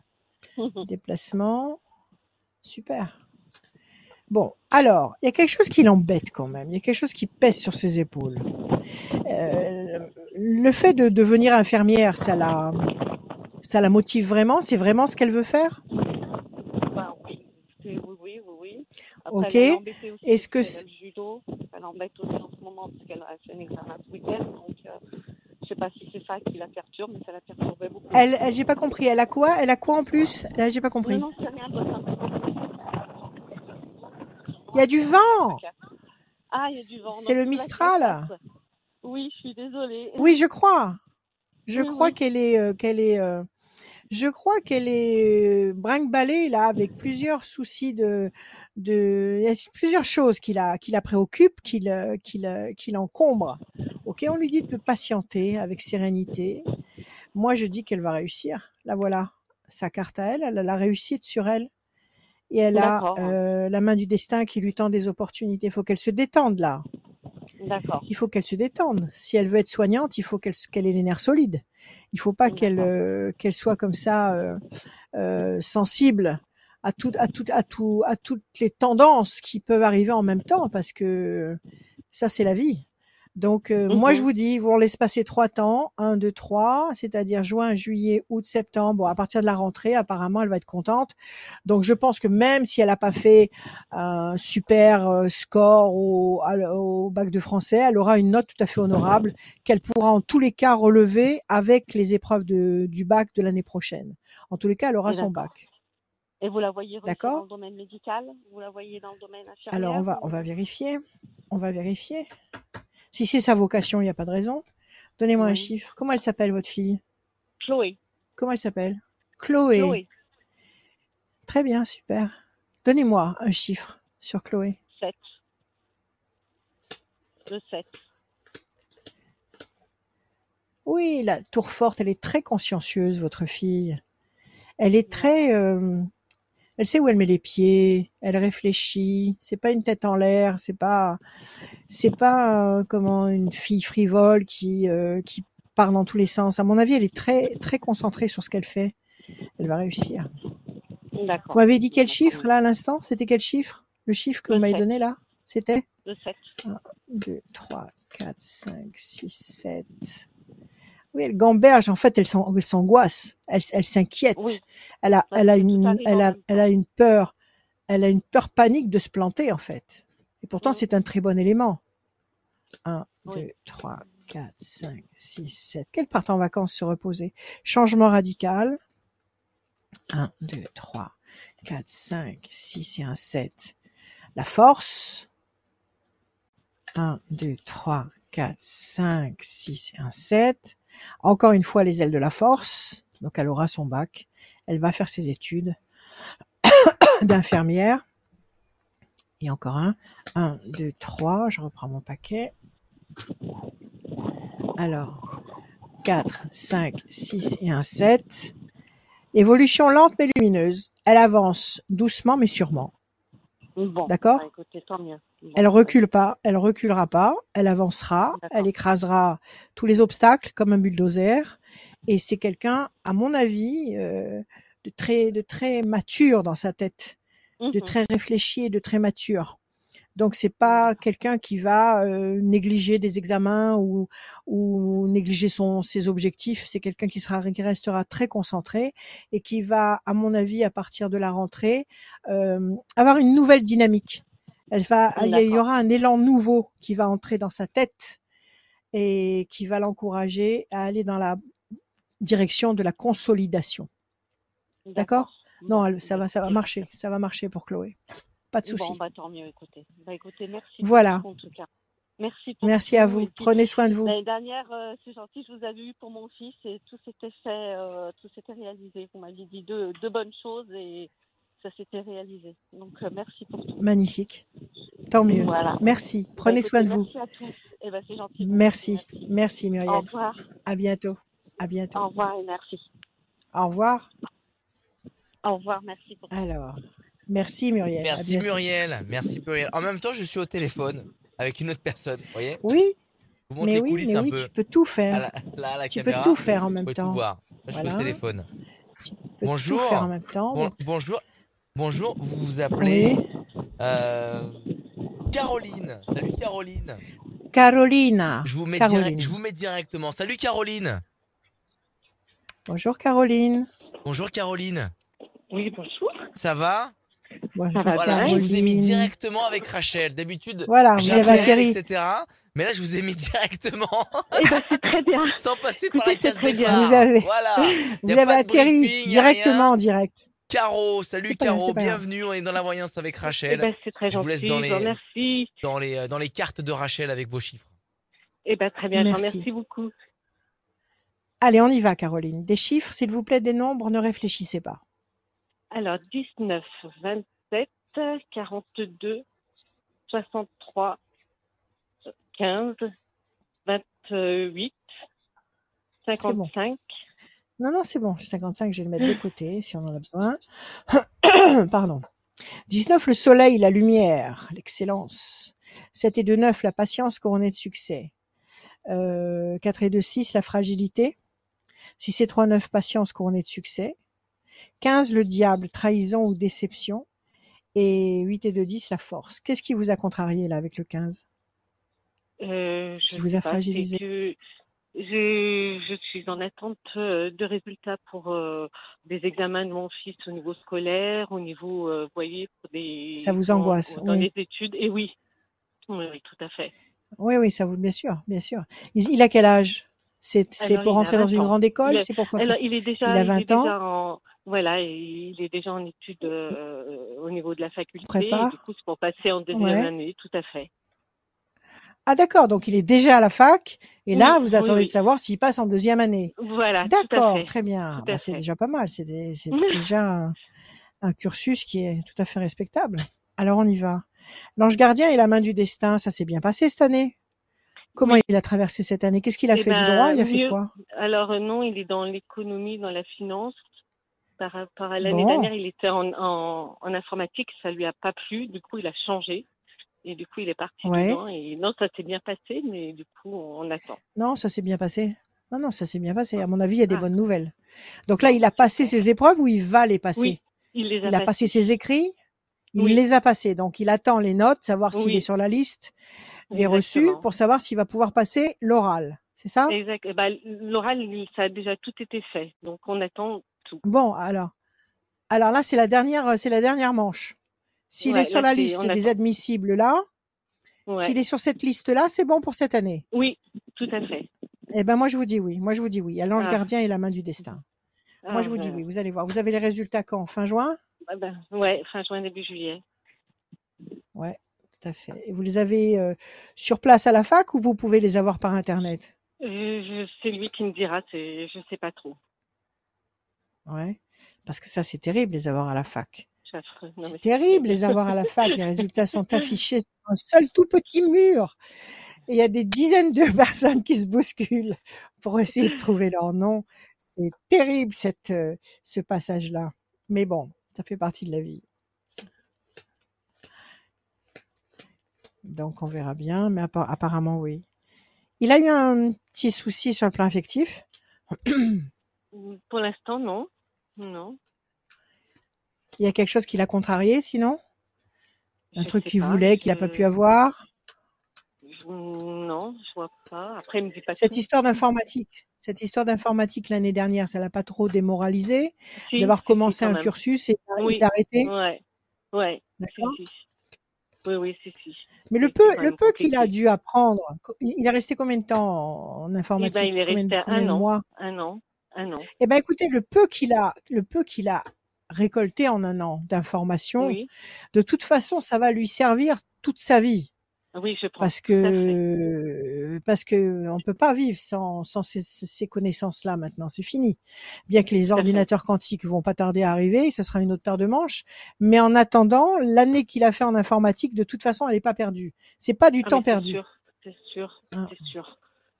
Déplacement. Super. Bon, alors, il y a quelque chose qui l'embête quand même. Il y a quelque chose qui pèse sur ses épaules. Euh, le fait de devenir infirmière, ça la, ça la motive vraiment? C'est vraiment ce qu'elle veut faire? Ben, oui, c'est- oui, oui, oui, oui. Après, Ok. elle est embêtée aussi Est-ce que parce c'est- qu'elle a le judo. Elle embête aussi en ce moment parce qu'elle a fait un examen ce week-end. Donc, euh, je sais pas si c'est ça qui la perturbe, mais ça la perturbait beaucoup. elle, elle j'ai pas compris. Elle a quoi? Elle a quoi en plus? Là, j'ai pas Non, compris. non, c'est rien, elle doit simplement. Il y a du vent. Ah, il y a du vent. C'est Non, le sous la Mistral. cachasse. Oui, je suis désolée. Oui, je crois. Je Oui, crois oui. qu'elle est, euh, qu'elle est, euh, je crois qu'elle est euh, brinque-ballée là avec plusieurs soucis de, de, il y a plusieurs choses qui la, qui la préoccupent, qui le, qui le, qui l'encombrent. Ok, on lui dit de patienter avec sérénité. Moi, je dis qu'elle va réussir. La voilà, sa carte à elle, elle a la réussite sur elle. Et elle a D'accord. euh, la main du destin qui lui tend des opportunités. Il faut qu'elle se détende là. D'accord. Il faut qu'elle se détende. Si elle veut être soignante, il faut qu'elle qu'elle ait les nerfs solides. Il faut pas qu'elle D'accord. euh, qu'elle soit comme ça euh, euh, sensible à tout à tout à tout à toutes les tendances qui peuvent arriver en même temps parce que Ça, c'est la vie. Donc, euh, moi, je Mhm. vous dis, vous on laisse passer trois temps, un, deux, trois, c'est-à-dire juin, juillet, août, septembre. Bon, à partir de la rentrée, apparemment, elle va être contente. Donc, je pense que même si elle n'a pas fait un super euh, score au, à- au bac de français, elle aura une note tout à fait honorable qu'elle pourra en tous les cas relever avec les épreuves de, du bac de l'année prochaine. En tous les cas, elle aura Et son d'accord. bac. Et vous la voyez réussir dans D'accord? le domaine médical? Vous la voyez dans le domaine Alors, on infirmière va, on va ou... vérifier. On va vérifier. Si c'est sa vocation, il n'y a pas de raison. Donnez-moi un Oui. chiffre. Comment elle s'appelle, votre fille? Chloé. Comment elle s'appelle? Chloé. Chloé, Très bien, super. Donnez-moi un chiffre sur Chloé. sept. Le sept. Oui, la tour forte, elle est très consciencieuse, votre fille. Elle est très... euh, elle sait où elle met les pieds, elle réfléchit, c'est pas une tête en l'air, c'est pas... C'est pas euh, comment une fille frivole qui, euh, qui part dans tous les sens. À mon avis, elle est très, très concentrée sur ce qu'elle fait. Elle va réussir. Vous D'accord. m'avez dit quel Bon, chiffre, d'accord. là, à l'instant? C'était quel chiffre? Le chiffre que vous Le m'avez sept. donné, là? C'était? Le sept. un, deux, trois, quatre, cinq, six, sept. Oui, elle gamberge. En fait, elle s'an- elle s'angoisse. Elle, elle s'inquiète. Oui, Elle a, parce elle a que tout une, arrive elle en a, même elle a temps. une peur. Elle a une peur panique de se planter, en fait. Et pourtant, Mm. c'est un très bon élément. un, Oui. deux, trois, quatre, cinq, six, sept. Qu'elle parte en vacances se reposer. Changement radical. un, deux, trois, quatre, cinq, six et un sept. La force. un, deux, trois, quatre, cinq, six et un sept. Encore une fois, les ailes de la force. Donc, elle aura son bac. Elle va faire ses études d'infirmière. Et encore un. un, deux, trois. Je reprends mon paquet. Alors, quatre, cinq, six et un sept. Évolution lente mais lumineuse. Elle avance doucement mais sûrement. Bon, D'accord? bah, écoutez, tant mieux. Bon, Elle bah, recule pas, elle reculera pas, elle avancera, d'accord. elle écrasera tous les obstacles comme un bulldozer. Et c'est quelqu'un, à mon avis, euh, de très, de très mature dans sa tête, de Mhm. très réfléchi et de très mature. Donc c'est pas D'accord. quelqu'un qui va euh, négliger des examens ou, ou négliger son, ses objectifs. C'est quelqu'un qui sera, qui restera très concentré et qui va, à mon avis, à partir de la rentrée, euh, avoir une nouvelle dynamique. Elle va, il y D'accord. aura un élan nouveau qui va entrer dans sa tête et qui va l'encourager à aller dans la direction de la consolidation. D'accord? D'accord. Non, Bon, elle- ça bah, va, ça va écoutez, marcher, ça va marcher pour Chloé. Pas de bon, souci. bah, tant mieux, écoutez. Bah, écoutez, merci pour Voilà. tout, en tout cas. Merci pour Merci à tout. vous. Et puis, Prenez soin de vous. l'année dernière, euh, c'est gentil, je vous avais eu pour mon fils et tout s'était fait, euh, tout s'était réalisé. Vous m'aviez dit deux, deux bonnes choses et ça s'était réalisé. Donc, euh, merci pour tout. Magnifique. Tant mieux. Voilà. Merci. Bah, Prenez écoutez, soin de vous. merci à tous. Et ben, c'est gentil. Vous aussi, Merci. merci. Merci Au Muriel. revoir. À bientôt. À bientôt. Au revoir et merci. Au revoir. Au revoir, merci pour tout. Alors, merci Muriel. À Merci bientôt. Muriel, merci Muriel. En même temps, je suis au téléphone avec une autre personne, vous voyez? Oui, Je vous montre mais les oui, coulisses mais un oui, peu tu peux tout à faire. la, là, à la Tu peux caméra. tout faire en Vous même pouvez tout temps. voir. Là, je suis au Voilà. téléphone. Tu peux Bonjour. tout faire en même temps. Bon- donc- bonjour. Bonjour, vous vous appelez Oui. euh, Caroline. Salut Caroline. Carolina. Je vous, mets direct- Caroline. je vous mets directement. Salut Caroline. Bonjour Caroline. Bonjour Caroline. Oui, bonjour. Ça va? Bonjour va Voilà, bien. je vous ai mis Caroline. directement avec Rachel. D'habitude, Voilà, vous avez j'appelle, atterri. et cetera. Mais là, je vous ai mis directement Eh ben, c'est très bien. sans passer par la Écoutez, c'est case très bien. départ. Vous avez- Voilà. Vous Y a avez pas de atterri briefing, y a directement rien. en direct. Caro, C'est salut pas grave, Caro, c'est pas grave. bienvenue. On est dans la voyance avec Eh Rachel. ben, c'est très Je vous gentil. laisse dans Je vous les, remercie. dans les, euh, dans les cartes de Rachel avec vos chiffres. Eh ben, très bien. Je vous Merci. remercie beaucoup. Allez, on y va Caroline. Des chiffres, s'il vous plaît, des nombres, ne réfléchissez pas. Alors, dix-neuf, vingt-sept, quarante-deux, soixante-trois, quinze, vingt-huit, cinquante-cinq. Non, non, c'est bon. cinquante-cinq, je vais le mettre de côté si on en a besoin. Pardon. dix-neuf, le soleil, la lumière, l'excellence. sept et deux, neuf, la patience couronnée de succès. Euh, quatre et deux, six, la fragilité. six et trois, neuf, patience couronnée de succès. quinze, le diable, trahison ou déception. Et huit et deux, dix, la force. Qu'est-ce qui vous a contrarié là avec le quinze? Euh, qui je vous sais a pas, c'est fragilisé? que je, je suis en attente euh, de résultats pour euh, des examens de mon fils au niveau scolaire, au niveau, euh, vous voyez, pour Ça des, vous dans, angoisse? dans les Oui. études. Et oui, oui, oui, tout à fait. Oui, oui, ça vous, bien sûr, bien sûr. Il, il a quel âge? C'est, c'est Alors, pour il a rentrer dans vingt une ans. grande Il école? est, C'est pour quoi faire? alors, il est Il déjà, a il est vingt ans, déjà en, voilà, il est déjà en études euh, au niveau de la faculté. Et prépa? du coup, c'est pour passer en deuxième Ouais. année, tout à fait. Ah d'accord, donc il est déjà à la fac, et Oui, là, vous oui, attendez de oui. savoir s'il passe en deuxième année. Voilà, tout à D'accord, fait. très bien. Tout Bah, à c'est fait. déjà pas mal. C'est des- c'est déjà un, un cursus qui est tout à fait respectable. Alors on y va. L'ange gardien et la main du destin, ça s'est bien passé cette année? Comment Oui. il a traversé cette année? Qu'est-ce qu'il a Eh fait? Du droit? ben, Il a fait mieux. quoi? Alors euh, non, il est dans l'économie, dans la finance. Par rapport à l'année Bon, dernière, il était en, en, en informatique, ça lui a pas plu. Du coup, il a changé et du coup, il est parti ouais. dedans. Et non, ça s'est bien passé, mais du coup, on attend. Non, ça s'est bien passé. Non, non, ça s'est bien passé. Ah, À mon avis, il y a des ah, bonnes nouvelles. Donc là, bon, il bah a passé super. ses épreuves ou il va les Oui, passer? il les a Il a passé passés. ses écrits? Il Oui, les a passés. Donc il attend les notes, savoir s'il est oui, sur la liste des reçus exactement. pour savoir s'il va pouvoir passer l'oral. C'est ça? Exact. Eh ben, l'oral, lui, ça a déjà tout été fait. Donc, on attend tout. Bon, alors. Alors là, c'est la dernière, c'est la dernière manche. S'il est Ouais, sur là, la c'est, liste on des attend. admissibles là, s'il Ouais. est sur cette liste-là, c'est bon pour cette année. Oui, tout à fait. Eh ben moi je vous dis oui. Moi je vous dis oui. À l'ange Ah, gardien et la main du destin. Moi ah, je vous dis ouais. oui. Vous allez voir. Vous avez les résultats quand? Fin juin? Ah ben, ouais, fin juin, début juillet. Ouais, tout à fait. Et vous les avez euh, sur place à la fac ou vous pouvez les avoir par internet? Je, je- c'est lui qui me dira, c'est, je sais pas trop. Ouais. Parce que ça c'est terrible les avoir à la fac. C'est affreux. Non, C'est mais c'est terrible terrible. les avoir à la fac. Les résultats sont affichés sur un seul tout petit mur. Et il y a des dizaines de personnes qui se bousculent pour essayer de trouver leur nom. C'est terrible cette, euh, ce passage-là. Mais bon, ça fait partie de la vie. Donc on verra bien, mais appa- apparemment oui. Il a eu un petit souci sur le plan affectif. Pour l'instant, non. Non, Il y a quelque chose qui l'a contrarié sinon? Un je truc sais qu'il pas. voulait, qu'il n'a pas pu Je, avoir? je- non, je vois pas. Après, il me dit pas Cette tout. histoire d'informatique, cette histoire d'informatique l'année dernière, ça l'a pas trop démoralisé Si, d'avoir si, si, commencé quand un même. cursus et, et Oui, d'arrêter? ouais, ouais, si, D'accord? si. Oui, oui, si, si. Mais Ça le a été peu, quand le même peu qu'il a compliqué. dû apprendre, co- il il est resté combien de temps en en Eh ben, informatique? il est Combien, de- resté combien un de an, mois? un an, un an. Eh ben, écoutez, le peu qu'il a, le peu qu'il a récolté en un an d'informations, Oui, de toute façon, ça va lui servir toute sa vie. oui, je pense, Parce tout à fait. que, parce que on peut pas vivre sans, sans ces, ces connaissances-là maintenant. C'est fini. Bien que les Tout à fait. ordinateurs quantiques vont pas tarder à arriver, ce sera une autre paire de manches. Mais en attendant, l'année qu'il a fait en informatique, de toute façon, elle n'est pas perdue. C'est pas du Ah, temps mais c'est perdu. sûr, c'est sûr, Hein. c'est sûr.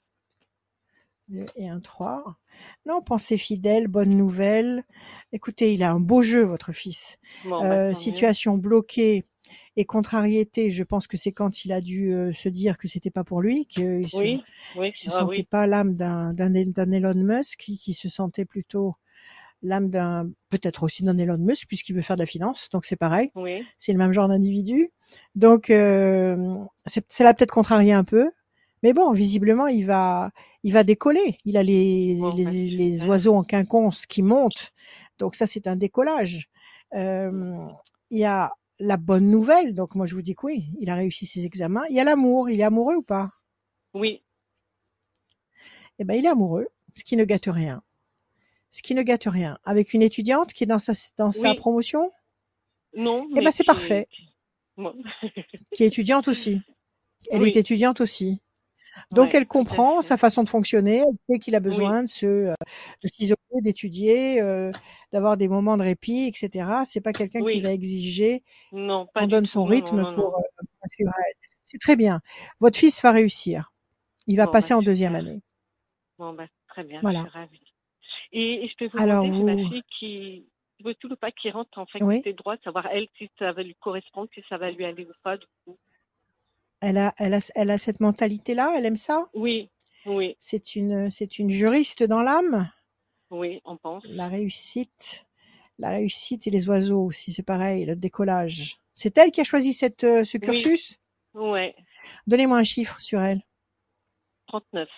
Deux et un trois. Non, pensée fidèle, bonne nouvelle. Écoutez, il a un beau jeu, votre fils. Bon, bah, Euh, tant mieux. situation bloquée et contrariété, je pense que c'est quand il a dû euh, se dire que c'était pas pour lui, qu'il se, Oui, oui, il se ah sentait oui, pas l'âme d'un, d'un, d'un Elon Musk, qui, qui se sentait plutôt l'âme d'un, peut-être aussi d'un Elon Musk, puisqu'il veut faire de la finance, donc c'est pareil. oui, C'est le même genre d'individu. Donc, euh, c'est, c'est là peut-être contrarié un peu. Mais bon, visiblement, il va, il va décoller. Il a les, bon, bah, les, les super. oiseaux en quinconce qui montent. Donc ça, c'est un décollage. Euh, il y a la bonne nouvelle. Donc moi, je vous dis que oui, il a réussi ses examens. Il y a l'amour. Il est amoureux ou pas? Oui, Eh ben, il est amoureux, ce qui ne gâte rien. Ce qui ne gâte rien. Avec une étudiante qui est dans sa, dans sa oui, promotion. non, Eh ben, mais c'est qui parfait. est, qui- bon. Qui est étudiante aussi. Elle est Oui, étudiante aussi. Donc ouais, elle tout à comprend fait. sa façon de fonctionner, elle sait qu'il a Oui, besoin de se, euh, de s'isoler, d'étudier, euh, d'avoir des moments de répit, et cetera. C'est pas quelqu'un qui oui, va exiger non, pas qu'on du donne tout, son non, non, rythme non, pour, non. euh, pour suivre à elle. C'est très bien. Votre fils va réussir. Il va Bon, bah, passer en deuxième super. année. Bon, bah, très bien, je suis Voilà. ravie. Et, et je peux vous Alors demander, j'ai ma vous, fille qui veut tout ou pas qui rentre en oui, faculté de droit, savoir elle si ça va lui correspondre, si ça va lui aller ou pas, du coup. elle a, elle a, elle a cette mentalité-là, elle aime ça. Oui, oui, C'est une, c'est une juriste dans l'âme. oui, on pense. La réussite, la réussite et les oiseaux aussi, c'est pareil, le décollage. C'est elle qui a choisi cette, euh, ce Oui, cursus? ouais. Donnez-moi un chiffre sur elle. trente-neuf.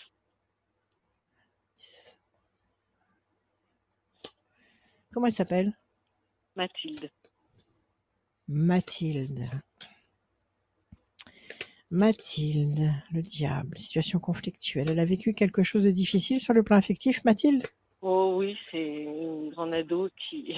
Comment elle s'appelle? Mathilde. Mathilde. Mathilde, le diable, situation conflictuelle. Elle a vécu quelque chose de difficile sur le plan affectif, Mathilde? Oh oui, c'est une grande ado qui...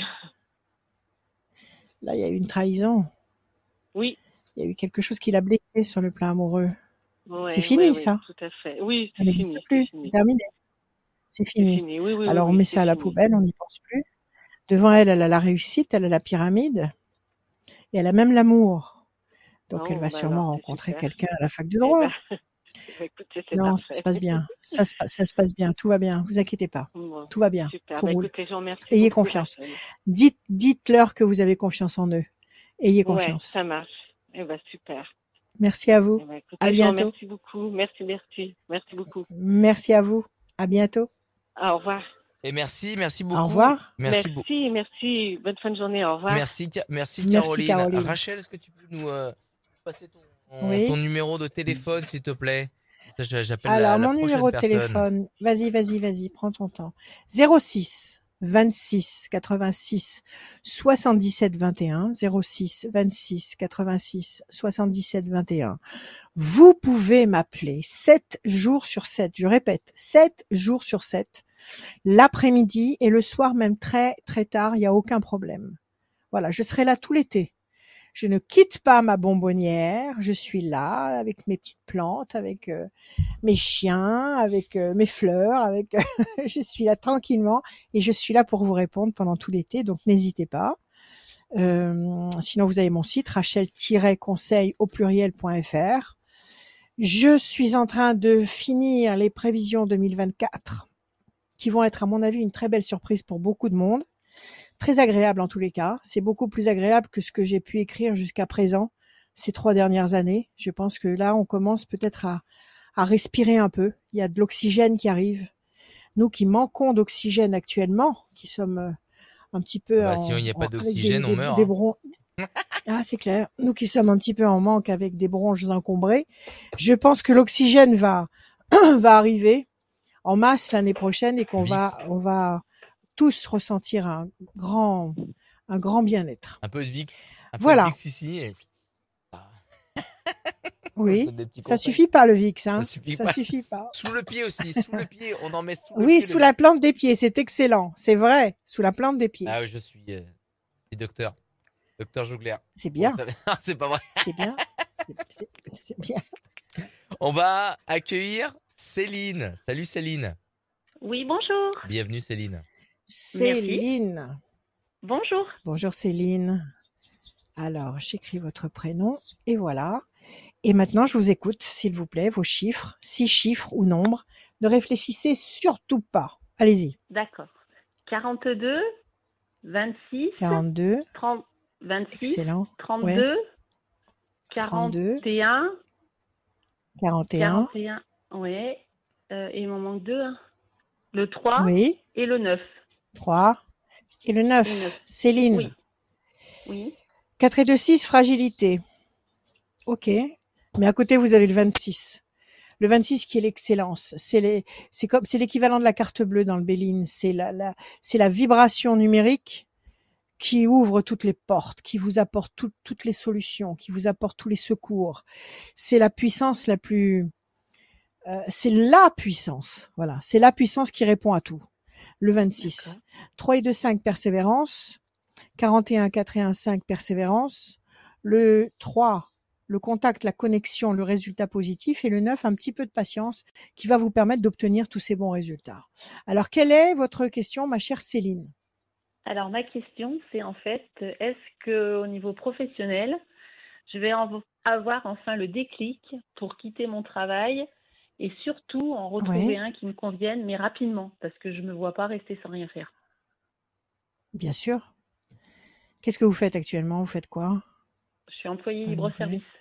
Là, il y a eu une trahison. Oui. Il y a eu quelque chose qui l'a blessée sur le plan amoureux. Ouais, c'est fini, ouais, ça. Oui, tout à fait. Oui, Ça c'est n'existe fini. plus, C'est fini. c'est terminé. C'est C'est fini. fini. Oui, oui, Alors, oui, on oui, met c'est ça à la fini. poubelle, on n'y pense plus. Devant elle, elle a la réussite, elle a la pyramide, et elle a même l'amour. Donc, elle Oh, va bah sûrement alors, c'est rencontrer super. quelqu'un à la fac de Eh droit. ben, eh ben, écoutez, c'est Non, ça se parfait. passe bien. Ça se, pa- ça se passe bien. Tout va bien. Vous inquiétez pas. Bon, Tout va bien. super. Tout Bah roule. écoutez, je vous remercie Ayez beaucoup, confiance. Rachel. Dites, dites-leur que vous avez confiance en eux. Ayez Ouais, confiance. ça marche. Eh ben, super. Merci à vous. Eh ben, écoutez, À je vous bientôt. remercie beaucoup. Merci, merci. Merci beaucoup. Merci à vous. À bientôt. Au revoir. Et merci, merci beaucoup. Au revoir. Merci beaucoup. Merci, merci. Bonne fin de journée. Au revoir. Merci, Ca- merci Merci, Caroline. Caroline. Rachel, est-ce que tu peux nous euh, passer ton, Oui. ton numéro de téléphone, s'il te plaît? Ça, je- J'appelle la, Alors, la mon prochaine numéro de personne. téléphone, vas-y, vas-y, vas-y, prends ton temps. zéro six vingt-six quatre-vingt-six soixante-dix-sept vingt et un, zéro six vingt-six quatre-vingt-six soixante-dix-sept vingt et un. Vous pouvez m'appeler sept jours sur sept, je répète, sept jours sur sept, l'après-midi et le soir même très très tard, il n'y a aucun problème. Voilà, je serai là tout l'été. Je ne quitte pas ma bonbonnière, je suis là avec mes petites plantes, avec euh, mes chiens, avec euh, mes fleurs, avec je suis là tranquillement et je suis là pour vous répondre pendant tout l'été, donc n'hésitez pas. Euh, sinon vous avez mon site rachel-conseil au pluriel.fr. Je suis en train de finir les prévisions deux mille vingt-quatre qui vont être à mon avis une très belle surprise pour beaucoup de monde. Très agréable en tous les cas. C'est beaucoup plus agréable que ce que j'ai pu écrire jusqu'à présent ces trois dernières années. Je pense que là, on commence peut-être à, à respirer un peu. Il y a de l'oxygène qui arrive. Nous qui manquons d'oxygène actuellement, qui sommes euh, un petit peu Bah, en, si il n'y a pas en- avec d'oxygène, des, on des, meurt. des hein. bron- Ah, c'est clair. Nous qui sommes un petit peu en manque avec des bronches encombrées, je pense que l'oxygène va va arriver en masse l'année prochaine et qu'on Vix. va on va tous ressentir un grand un grand bien-être. Un peu de Vix. Un Voilà. peu de Vix ici. Et... Ah. Je Oui, donne des petits ça conseils. suffit pas le Vicks, hein. Ça suffit Ça pas. suffit pas. Sous le pied aussi. Sous le pied. On en met sous le Oui, pied. sous le la Vicks. plante des pieds, c'est excellent, c'est vrai, sous la plante des pieds. Ah oui, je suis, euh, je suis docteur. Docteur Jougler. C'est Vous bien, le savez. C'est pas vrai. c'est bien, c'est- c'est c'est bien. On va accueillir Céline. Salut Céline. Oui, bonjour. Bienvenue Céline. Céline. Bonjour. Bonjour Céline. Alors, j'écris votre prénom et voilà. Et maintenant, je vous écoute, s'il vous plaît, vos chiffres, six chiffres ou nombres. Ne réfléchissez surtout pas. Allez-y. D'accord. quarante-deux, vingt-six, quarante-deux, trente, vingt-six, excellent. trente-deux, Ouais. trente-deux, quarante et un, quarante et un, quarante et un, oui. Euh, et il m'en manque deux. hein. Le trois oui, et le neuf. trois et le neuf. Le neuf. Céline. Oui. Oui. quatre et deux, six, fragilité. Ok. Mais à côté, vous avez le vingt-six. Le vingt-six qui est l'excellence. C'est les, c'est comme, c'est l'équivalent de la carte bleue dans le Béline. C'est la, la, c'est la vibration numérique qui ouvre toutes les portes, qui vous apporte tout- toutes les solutions, qui vous apporte tous les secours. C'est la puissance la plus, euh, c'est la puissance. Voilà. C'est la puissance qui répond à tout. Le vingt-six. D'accord. trois et deux, cinq, persévérance. quarante et un, quatre et un, cinq, persévérance. Le trois, le contact, la connexion, le résultat positif. Et le neuf, un petit peu de patience qui va vous permettre d'obtenir tous ces bons résultats. Alors, quelle est votre question, ma chère Céline? Alors, ma question, c'est en fait, est-ce que au niveau professionnel, je vais en- avoir enfin le déclic pour quitter mon travail et surtout en retrouver Ouais, un qui me convienne, mais rapidement, parce que je ne me vois pas rester sans rien faire. bien sûr. Qu'est-ce que vous faites actuellement? Vous faites quoi? Je suis employée Bonne libre-service. nouvelle.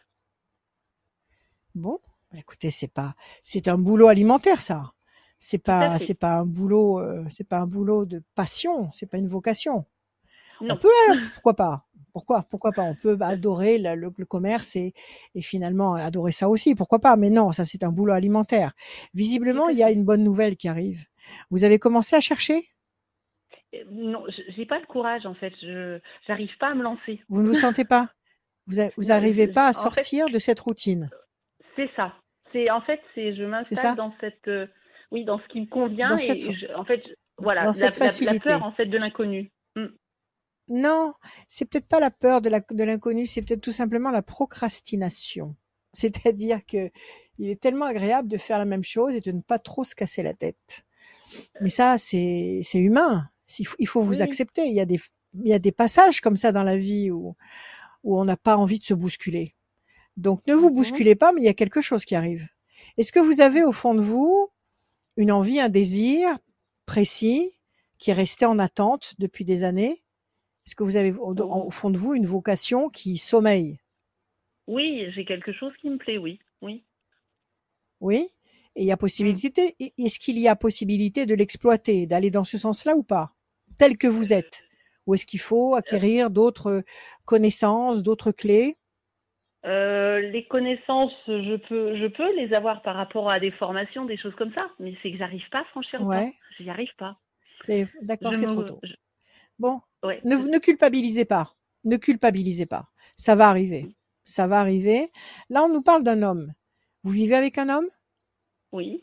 Bon, bah, écoutez, c'est pas, c'est un boulot alimentaire, ça. C'est Tout à pas, fait. c'est pas un boulot, euh, c'est pas un boulot de passion, c'est pas une vocation. On Non. peut, euh, pourquoi pas? Pourquoi Pourquoi pas? On peut adorer la- le, le commerce et, et finalement adorer ça aussi. Pourquoi pas? Mais non, ça c'est un boulot alimentaire. Tout Visiblement, à il y a fait. une bonne nouvelle qui arrive. Vous avez commencé à chercher? Euh, Non, j- j'ai pas le courage en fait. Je j'arrive pas à me lancer. Vous ne vous sentez pas? Vous, a- vous Non, arrivez je- pas à je- en fait, sortir de cette routine, c'est ça. C'est en fait, c'est je c'est m'installe ça? dans cette, euh, oui, dans ce qui me convient Dans et, cette, et je- en fait, je- voilà, dans la, cette la, la peur facilité. en fait de l'inconnu. Mm. Non, c'est peut-être pas la peur de la, de l'inconnu, c'est peut-être tout simplement la procrastination. C'est-à-dire que il est tellement agréable de faire la même chose et de ne pas trop se casser la tête. Mais ça, c'est, c'est humain. Il faut, il faut vous Oui, oui. accepter. Il y a des, il y a des passages comme ça dans la vie où, où on n'a pas envie de se bousculer. Donc, ne vous Mhm. bousculez pas, mais il y a quelque chose qui arrive. Est-ce que vous avez au fond de vous une envie, un désir précis qui est resté en attente depuis des années? Est-ce que vous avez au, Oh. au fond de vous une vocation qui sommeille? Oui, j'ai quelque chose qui me plaît, oui, oui. Oui? Et il y a Mm. possibilité, est-ce qu'il y a possibilité de l'exploiter, d'aller dans ce sens-là ou pas? Tel que vous êtes? Ou est-ce qu'il faut acquérir d'autres connaissances, d'autres clés? Euh, les connaissances, je peux, je peux les avoir par rapport à des formations, des choses comme ça, mais c'est que j'arrive pas à franchir le pas. Ouais. J'y arrive pas. C'est, Je d'accord, c'est trop me, tôt. je- Bon. ouais, Ne, ne culpabilisez pas. Ne culpabilisez pas. Ça va arriver. Ça va arriver. Là, on nous parle d'un homme. Vous vivez avec un homme? oui,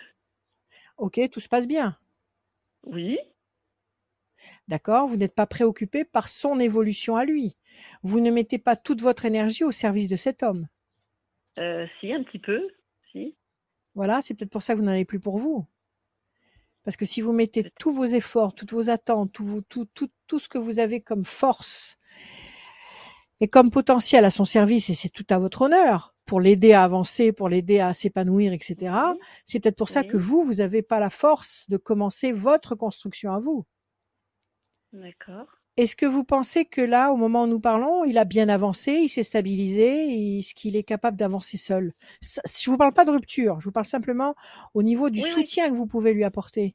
Ok, tout se passe bien. oui, D'accord? Vous n'êtes pas préoccupé par son évolution à lui. Vous ne mettez pas toute votre énergie au service de cet homme. euh, si un petit peu, si. Voilà, c'est peut-être pour ça que vous n'en avez plus pour vous. Parce que si vous mettez Peut-être. tous vos efforts, toutes vos attentes, tout, vous- tout, tout, tout ce que vous avez comme force et comme potentiel à son service, et c'est tout à votre honneur, pour l'aider à avancer, pour l'aider à s'épanouir, et cetera, Oui, c'est peut-être pour ça que oui, vous, vous n'avez pas la force de commencer votre construction à vous. d'accord. Est-ce que vous pensez que là, au moment où nous parlons, il a bien avancé, il s'est stabilisé, est-ce qu'il est capable d'avancer seul? Ça, je vous parle pas de rupture, je vous parle simplement au niveau du Oui, oui, soutien que vous pouvez lui apporter.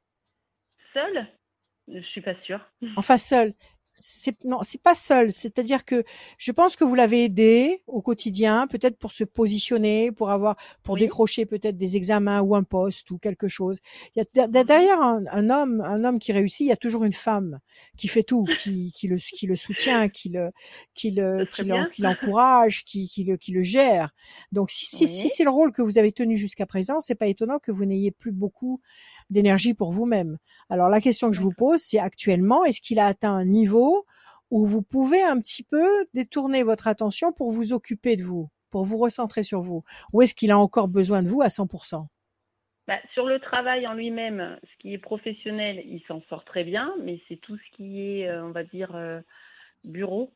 seul, je suis pas sûre. Enfin, seul. C'est, non, c'est pas seul. C'est-à-dire que je pense que vous l'avez aidé au quotidien, peut-être pour se positionner, pour avoir, pour Oui, décrocher peut-être des examens ou un poste ou quelque chose. Il y a de- de- mhm, derrière un, un homme, un homme qui réussit, il y a toujours une femme qui fait tout, qui, qui le, qui le soutient, qui le, qui le, ça qui serait l'en- bien. qui l'encourage, qui, qui le, qui le gère. Donc, si, si, si Oui, c'est le rôle que vous avez tenu jusqu'à présent, c'est pas étonnant que vous n'ayez plus beaucoup d'énergie pour vous-même. Alors, la question que je vous d'accord. pose, c'est actuellement, est-ce qu'il a atteint un niveau où vous pouvez un petit peu détourner votre attention pour vous occuper de vous, pour vous recentrer sur vous? Ou est-ce qu'il a encore besoin de vous à cent pour cent? Bah, sur le travail en lui-même, ce qui est professionnel, il s'en sort très bien, mais c'est tout ce qui est, euh, on va dire, euh, bureau,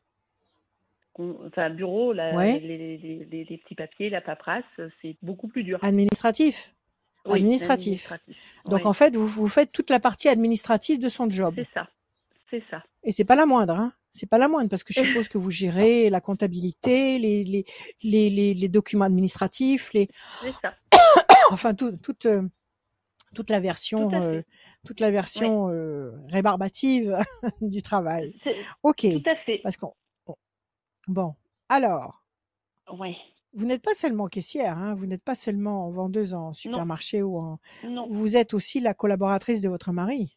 qu'on- enfin bureau, la- Ouais. les, les- les- les- les petits papiers, la paperasse, c'est beaucoup plus dur. Administratif. Oui, Administratif. administratif. Donc, Oui, en fait, vous, vous faites toute la partie administrative de son job. c'est ça, c'est ça. Et c'est pas la moindre, hein. C'est pas la moindre parce que je suppose que vous gérez la comptabilité, les, les, les, les, les documents administratifs, les, C'est ça, enfin, tout, toute, euh, toute la tout version, à euh, fait. toute la Oui, version euh, rébarbative du travail. c'est Ok. tout à fait. Parce qu'on, on- bon. Alors, Oui, vous n'êtes pas seulement caissière, hein. Vous n'êtes pas seulement vendeuse en non, supermarché ou en, non, vous êtes aussi la collaboratrice de votre mari.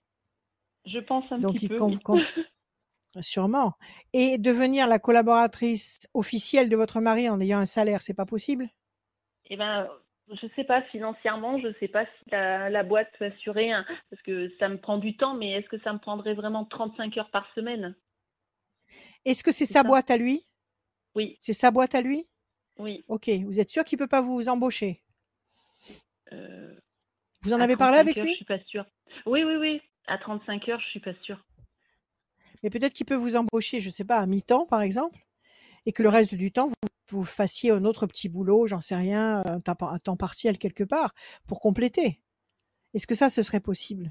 je pense un Donc, petit il, peu, quand, oui. quand, sûrement. Et devenir la collaboratrice officielle de votre mari en ayant un salaire, c'est pas possible? Eh ben, je sais pas financièrement, je sais pas si la, la boîte peut assurer, un- parce que ça me prend du temps, mais est-ce que ça me prendrait vraiment trente-cinq heures par semaine? Est-ce que c'est C'est sa ça? boîte à lui? Oui, C'est sa boîte à lui? oui. Ok. Vous êtes sûr qu'il peut pas vous embaucher? Euh, Vous en à avez parlé trente-cinq avec heures, je lui? suis pas sûre. Oui, oui, oui. À trente-cinq heures, je suis pas sûre. Mais peut-être qu'il peut vous embaucher, je sais pas, à mi-temps, par exemple, et que le Oui. reste du temps, vous, vous fassiez un autre petit boulot, j'en sais rien, un temps, un temps partiel quelque part, pour compléter. Est-ce que ça, ce serait possible?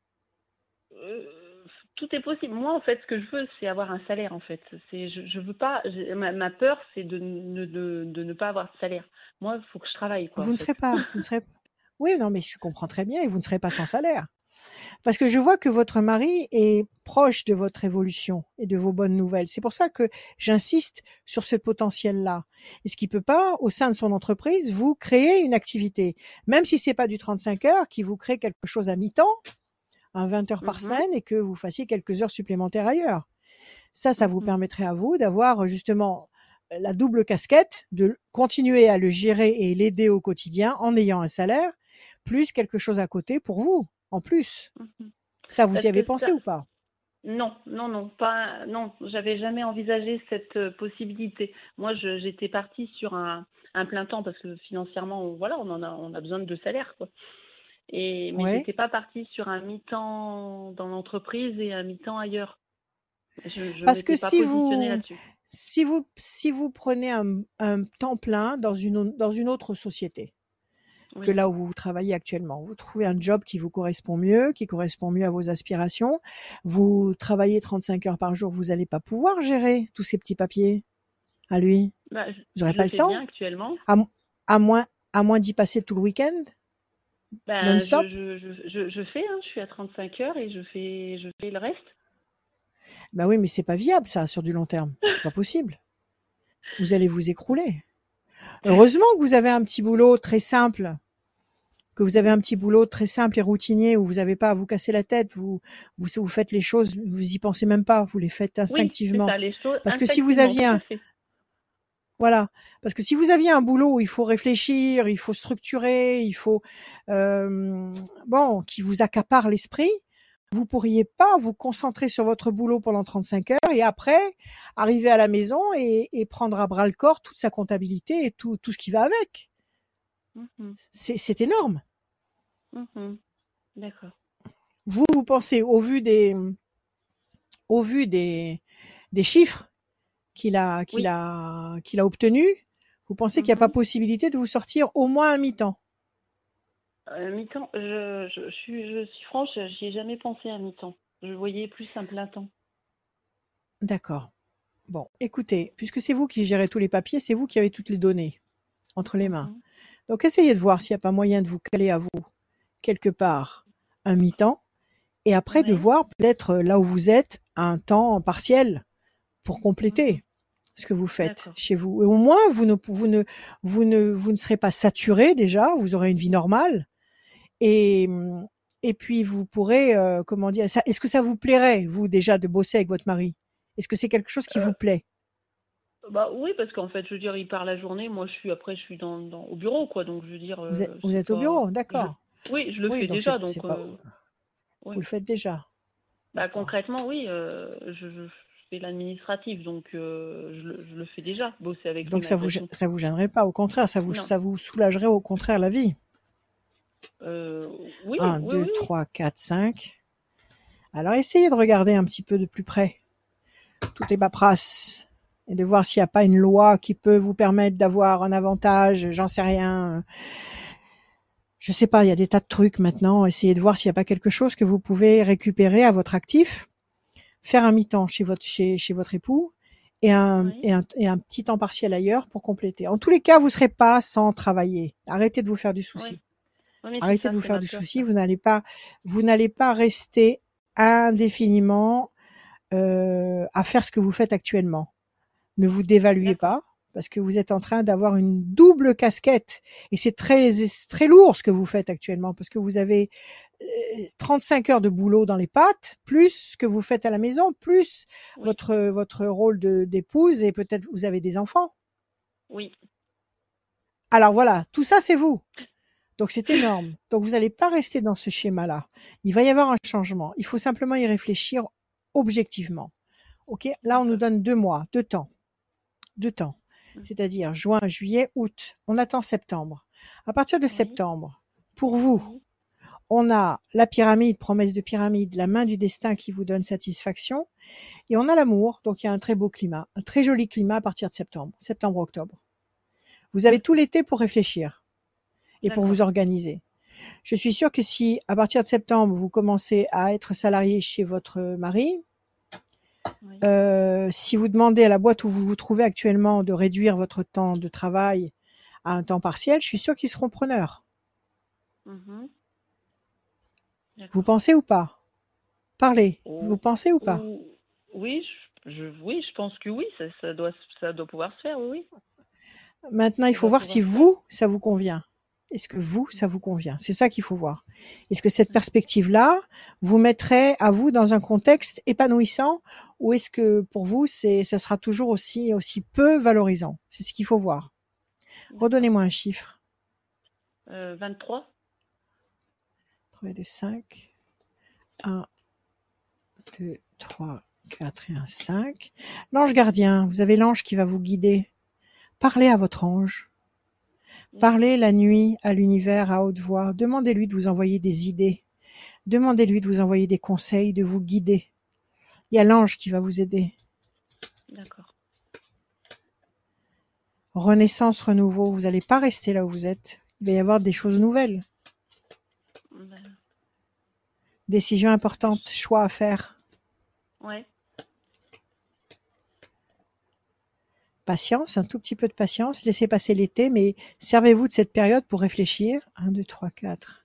Euh, tout est possible. Moi, en fait, ce que je veux, c'est avoir un salaire, en fait. C'est, je, je veux pas. j'ai- Ma, ma peur, c'est de, ne- de, de ne pas avoir de salaire. Moi, il faut que je travaille, quoi, Vous en ne fait. serez pas, vous ne serez. Oui, non, mais je comprends très bien, et vous ne serez pas sans salaire. Parce que je vois que votre mari est proche de votre évolution et de vos bonnes nouvelles. C'est pour ça que j'insiste sur ce potentiel-là. Est-ce qu'il peut pas, au sein de son entreprise, vous créer une activité, même si c'est pas du trente-cinq heures, qui vous crée quelque chose à mi-temps, un vingt heures par Mhm, semaine, et que vous fassiez quelques heures supplémentaires ailleurs. Ça, ça vous mhm. permettrait à vous d'avoir justement la double casquette, de continuer à le gérer et l'aider au quotidien en ayant un salaire, plus quelque chose à côté pour vous, en plus. Mhm. Ça, vous y Parce avez que pensé ça, ou pas? non, non, non, pas, non, j'avais jamais envisagé cette euh, possibilité. Moi, je- j'étais partie sur un, un plein temps parce que financièrement, on- voilà, on en a, on a besoin de salaire, quoi. Et, mais Ouais. j'étais pas partie sur un mi-temps dans l'entreprise et un mi-temps ailleurs. Je, je Parce que m'étais pas si positionnée vous, là-dessus. si vous, si vous prenez un, un temps plein dans une, au- dans une autre société que Oui. là où vous travaillez actuellement, vous trouvez un job qui vous correspond mieux, qui correspond mieux à vos aspirations, vous travaillez trente-cinq heures par jour, vous n'allez pas pouvoir gérer tous ces petits papiers à lui. Bah, je, Vous n'aurez je pas le le fais bien temps, actuellement. à, mo- à moins, à moins d'y passer tout le week-end, Ben, je, non-stop. je, je, je, je fais, hein, je suis à trente-cinq heures et je fais, je fais le reste. Ben oui, mais c'est pas viable ça sur du long terme. C'est pas possible. Vous allez vous écrouler. Heureusement que vous avez un petit boulot très simple, que vous avez un petit boulot très simple et routinier où vous n'avez pas à vous casser la tête, vous, vous, vous faites les choses, vous y pensez même pas, vous les faites Oui, c'est instinctivement. ça, les choses Parce que si vous instinctivement, aviez tout à un, fait. voilà, parce que si vous aviez un boulot où il faut réfléchir, il faut structurer, il faut, euh, bon, qui vous accapare l'esprit, vous pourriez pas vous concentrer sur votre boulot pendant trente-cinq heures et après arriver à la maison et, et prendre à bras le corps toute sa comptabilité et tout, tout ce qui va avec. Mhm, C'est, c'est énorme. mhm. D'accord. Vous, vous pensez au vu des, au vu des, des chiffres qu'il a, qu'il Oui. a, qu'il a obtenus, vous pensez qu'il n'y a pas Mhm. possibilité de vous sortir au moins un mi-temps? Euh, mi-temps, je, je, je suis, je suis franche, j'y ai jamais pensé à mi-temps. Je voyais plus un plein temps. D'accord. Bon, écoutez, puisque c'est vous qui gérez tous les papiers, c'est vous qui avez toutes les données entre les mains. Mhm. Donc essayez de voir s'il n'y a pas moyen de vous caler à vous quelque part un mi-temps et après de Ouais. voir peut-être euh, là où vous êtes un temps partiel pour Mhm. compléter ce que vous faites D'accord. chez vous. Et au moins vous ne vous ne vous ne vous ne serez pas saturé déjà, vous aurez une vie normale et hum, et puis vous pourrez euh, comment dire ça, est-ce que ça vous plairait vous déjà de bosser avec votre mari? Est-ce que c'est quelque chose qui Euh, vous plaît? bah oui, parce qu'en fait, je veux dire, il part la journée, moi je suis après, je suis dans, dans au bureau, quoi. Donc je veux dire, Vous êtes, euh, vous c'est êtes au pas, bureau, je, d'accord. oui, je le Oui, fais donc c'est déjà, donc c'est pas euh, oui. vous le faites déjà. Bah D'accord. concrètement, oui, euh, je, je fais l'administratif, donc euh, je, le- je le fais déjà, bosser avec lui Donc ça vous malgré gê- tout. ça vous gênerait pas, au contraire, ça vous Non. ça vous soulagerait au contraire la vie. Euh, oui, Un, oui, deux, oui, oui. trois, quatre, cinq. Alors essayez de regarder un petit peu de plus près toutes les paperasses et de voir s'il n'y a pas une loi qui peut vous permettre d'avoir un avantage, j'en sais rien. Je sais pas, il y a des tas de trucs maintenant. Essayez de voir s'il n'y a pas quelque chose que vous pouvez récupérer à votre actif, faire un mi-temps chez votre chez, chez votre époux et un, Oui, et un et un petit temps partiel ailleurs pour compléter. En tous les cas, vous serez pas sans travailler. Arrêtez de vous faire du oui. souci. Oui, mais c'est Arrêtez ça, de vous c'est faire ma du peur, souci. ça. Vous n'allez pas vous n'allez pas rester indéfiniment euh, à faire ce que vous faites actuellement. Ne vous dévaluez D'accord. pas parce que vous êtes en train d'avoir une double casquette et c'est très c'est très lourd ce que vous faites actuellement parce que vous avez euh, trente-cinq heures de boulot dans les pattes plus ce que vous faites à la maison plus Oui, votre votre rôle de d'épouse et peut-être vous avez des enfants. oui. Alors voilà, tout ça c'est vous. Donc c'est énorme. Donc vous n'allez pas rester dans ce schéma-là. Il va y avoir un changement. Il faut simplement y réfléchir objectivement. Ok, là on nous D'accord. donne deux mois, deux temps, deux temps, Mm. c'est-à-dire juin, juillet, août. On attend septembre. À partir de Oui, septembre, pour vous, oui, on a la pyramide, promesse de pyramide, la main du destin qui vous donne satisfaction, et on a l'amour. Donc il y a un très beau climat, un très joli climat à partir de septembre, septembre-octobre. Vous avez tout d'accord. l'été pour réfléchir et pour D'accord. vous organiser. Je suis sûre que si, à partir de septembre, vous commencez à être salarié chez votre mari, Oui, euh, si vous demandez à la boîte où vous vous trouvez actuellement de réduire votre temps de travail à un temps partiel, je suis sûre qu'ils seront preneurs. mhm. Vous D'accord. pensez ou pas? Parlez. Vous Ou- pensez ou pas? ou- oui, je, je- oui, je pense que oui, ça, ça doit, ça doit pouvoir se faire, oui, oui. Maintenant, il Ça faut doit voir pouvoir si se faire. vous, ça vous convient. Est-ce que vous, ça vous convient? C'est ça qu'il faut voir. Est-ce que cette perspective-là vous mettrait à vous dans un contexte épanouissant ou est-ce que pour vous, c'est, ça sera toujours aussi, aussi peu valorisant? C'est ce qu'il faut voir. D'accord. Redonnez-moi un chiffre. Euh, vingt-trois. trois, deux, cinq. un, deux, trois, quatre et un cinq. L'ange gardien, vous avez l'ange qui va vous guider. Parlez à votre ange. Parlez la nuit à l'univers à haute voix. Demandez-lui de vous envoyer des idées. Demandez-lui de vous envoyer des conseils, de vous guider. Il y a l'ange qui va vous aider. D'accord. Renaissance, renouveau, vous n'allez pas rester là où vous êtes. Il va y avoir des choses nouvelles. Ben, Décisions importantes, choix à faire. ouais. Patience, un tout petit peu de patience. Laissez passer l'été, mais servez-vous de cette période pour réfléchir. un, deux, trois, quatre,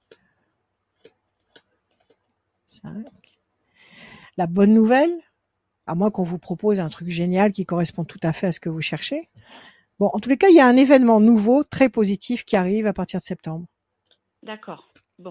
cinq. La bonne nouvelle, à moins qu'on vous propose un truc génial qui correspond tout à fait à ce que vous cherchez. Bon, en tous les cas, il y a un événement nouveau, très positif, qui arrive à partir de septembre. D'accord. Bon.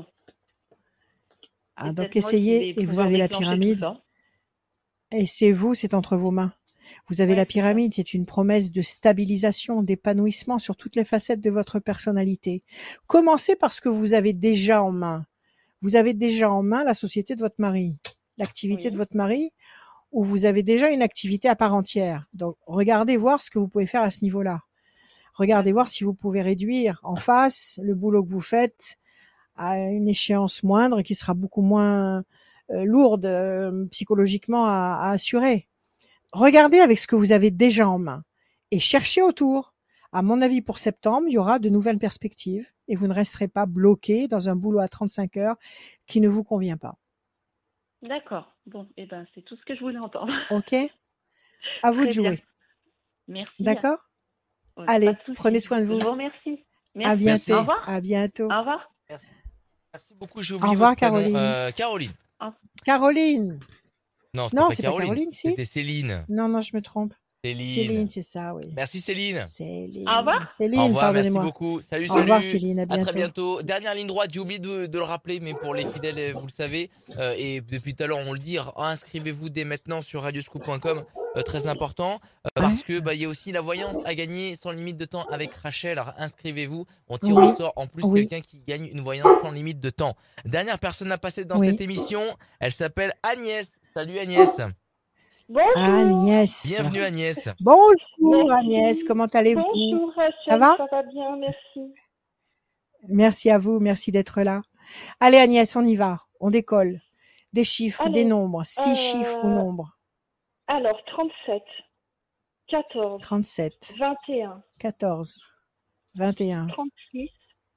Ah, C'est donc peut-être moi qui essayez, vais et vous pouvoir avez la déclencher tout pyramide. ça. Et c'est vous, c'est entre vos mains. Vous avez Ouais, la c'est ça. pyramide, c'est une promesse de stabilisation, d'épanouissement sur toutes les facettes de votre personnalité. Commencez par ce que vous avez déjà en main. Vous avez déjà en main la société de votre mari, l'activité Oui. de votre mari, où vous avez déjà une activité à part entière. Donc, regardez voir ce que vous pouvez faire à ce niveau-là. Regardez voir D'accord. si vous pouvez réduire en face le boulot que vous faites à une échéance moindre et qui sera beaucoup moins euh, lourde euh, psychologiquement à, à assurer. Regardez avec ce que vous avez déjà en main et cherchez autour. À mon avis, pour septembre, il y aura de nouvelles perspectives et vous ne resterez pas bloqué dans un boulot à trente-cinq heures qui ne vous convient pas. D'accord. Bon, eh ben, c'est tout ce que je voulais entendre. OK? À vous Très de bien. jouer. Merci. D'accord? Ouais, pas Allez, de souci. prenez soin de Je vous. vous remercie. À Merci. Merci. bientôt. Au revoir. À bientôt. Au revoir. Merci. Merci beaucoup. J'ai Au oublié revoir, votre prénom. Caroline. Euh, Caroline. Caroline. Non, c'était Non, pas c'est pas Caroline. Caroline, si? C'était Céline. Non, non, je me trompe. Céline. Céline, c'est ça, oui. Merci Céline. Céline. Au revoir. Au Céline, revoir, merci pardonnez-moi. beaucoup. Salut, Au revoir, salut. Céline, à À très bientôt. bientôt. Dernière ligne droite, j'ai oublié de, de le rappeler, mais pour les fidèles, euh, vous le savez, euh, et depuis tout à l'heure on le dit, inscrivez-vous dès maintenant sur radioscoop point com, euh, très important, euh, parce que bah il y a aussi la voyance à gagner sans limite de temps avec Rachel. Alors inscrivez-vous, on tire Oui. au sort en plus Oui. quelqu'un qui gagne une voyance sans limite de temps. Dernière personne à passer dans Oui. cette émission, elle s'appelle Agnès. Salut Agnès. Bonjour. Agnès. Bienvenue Agnès. Bonjour Merci. Agnès, comment allez-vous? Bonjour Rachel, Ça va? ça va bien, merci. Merci à vous, merci d'être là. Allez Agnès, on y va, on décolle. Des chiffres, des Allez, nombres, six euh, chiffres ou nombres. Alors, trente-sept, quatorze, trente-sept, vingt et un, quatorze, vingt et un, trente-six,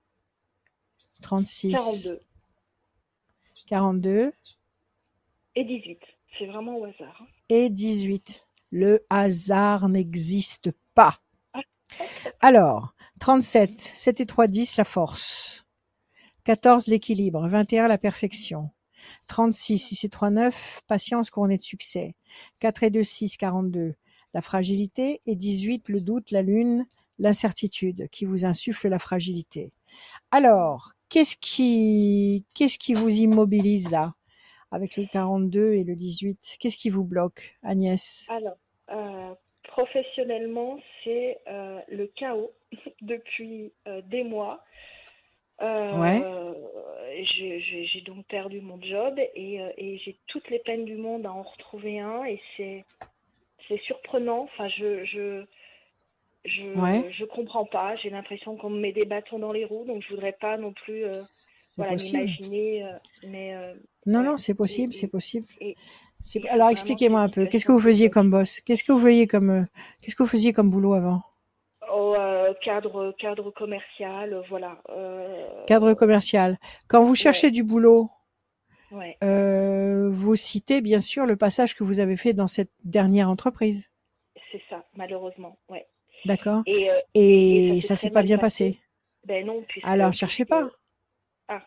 trente-six, quarante-deux quarante-deux et dix-huit. C'est vraiment au hasard. et dix-huit. Le hasard n'existe pas. Alors, trente-sept, sept et trois, dix, la force. quatorze, l'équilibre. vingt et un, la perfection. trente-six, six et trois, neuf, patience couronnée de succès. quatre et deux, six, quarante-deux, la fragilité. Et dix-huit, le doute, la lune, l'incertitude qui vous insuffle la fragilité. Alors, qu'est-ce qui, qu'est-ce qui vous immobilise là, avec le quarante-deux et le dix-huit? Qu'est-ce qui vous bloque, Agnès? Alors, euh, professionnellement, c'est euh, le chaos depuis euh, des mois. Euh, Ouais. j'ai, j'ai, j'ai donc perdu mon job et, euh, et j'ai toutes les peines du monde à en retrouver un et c'est, c'est surprenant. Enfin, je, je, je, Ouais. je comprends pas. J'ai l'impression qu'on me met des bâtons dans les roues, donc je voudrais pas non plus, euh, C'est voilà, possible. m'imaginer. euh, mais euh, Non, ouais. non, c'est possible, Et- c'est possible. et- C'est- il faut Alors, vraiment expliquez-moi que un cette peu. Qu'est-ce que situation vous faisiez se comme boss? Qu'est-ce que vous faisiez comme, euh, qu'est-ce que vous faisiez comme boulot avant? au euh, cadre, cadre commercial, euh, voilà. euh, Cadre commercial. Quand vous cherchez ouais, du boulot, ouais, euh, vous citez bien sûr le passage que vous avez fait dans cette dernière entreprise. c'est ça, malheureusement, ouais. D'accord? Et, euh, et, et Et ça s'est ça très s'est pas mal bien passé. passé. Ben non, puisque, Alors, cherchez puisque... pas. Ah ouais.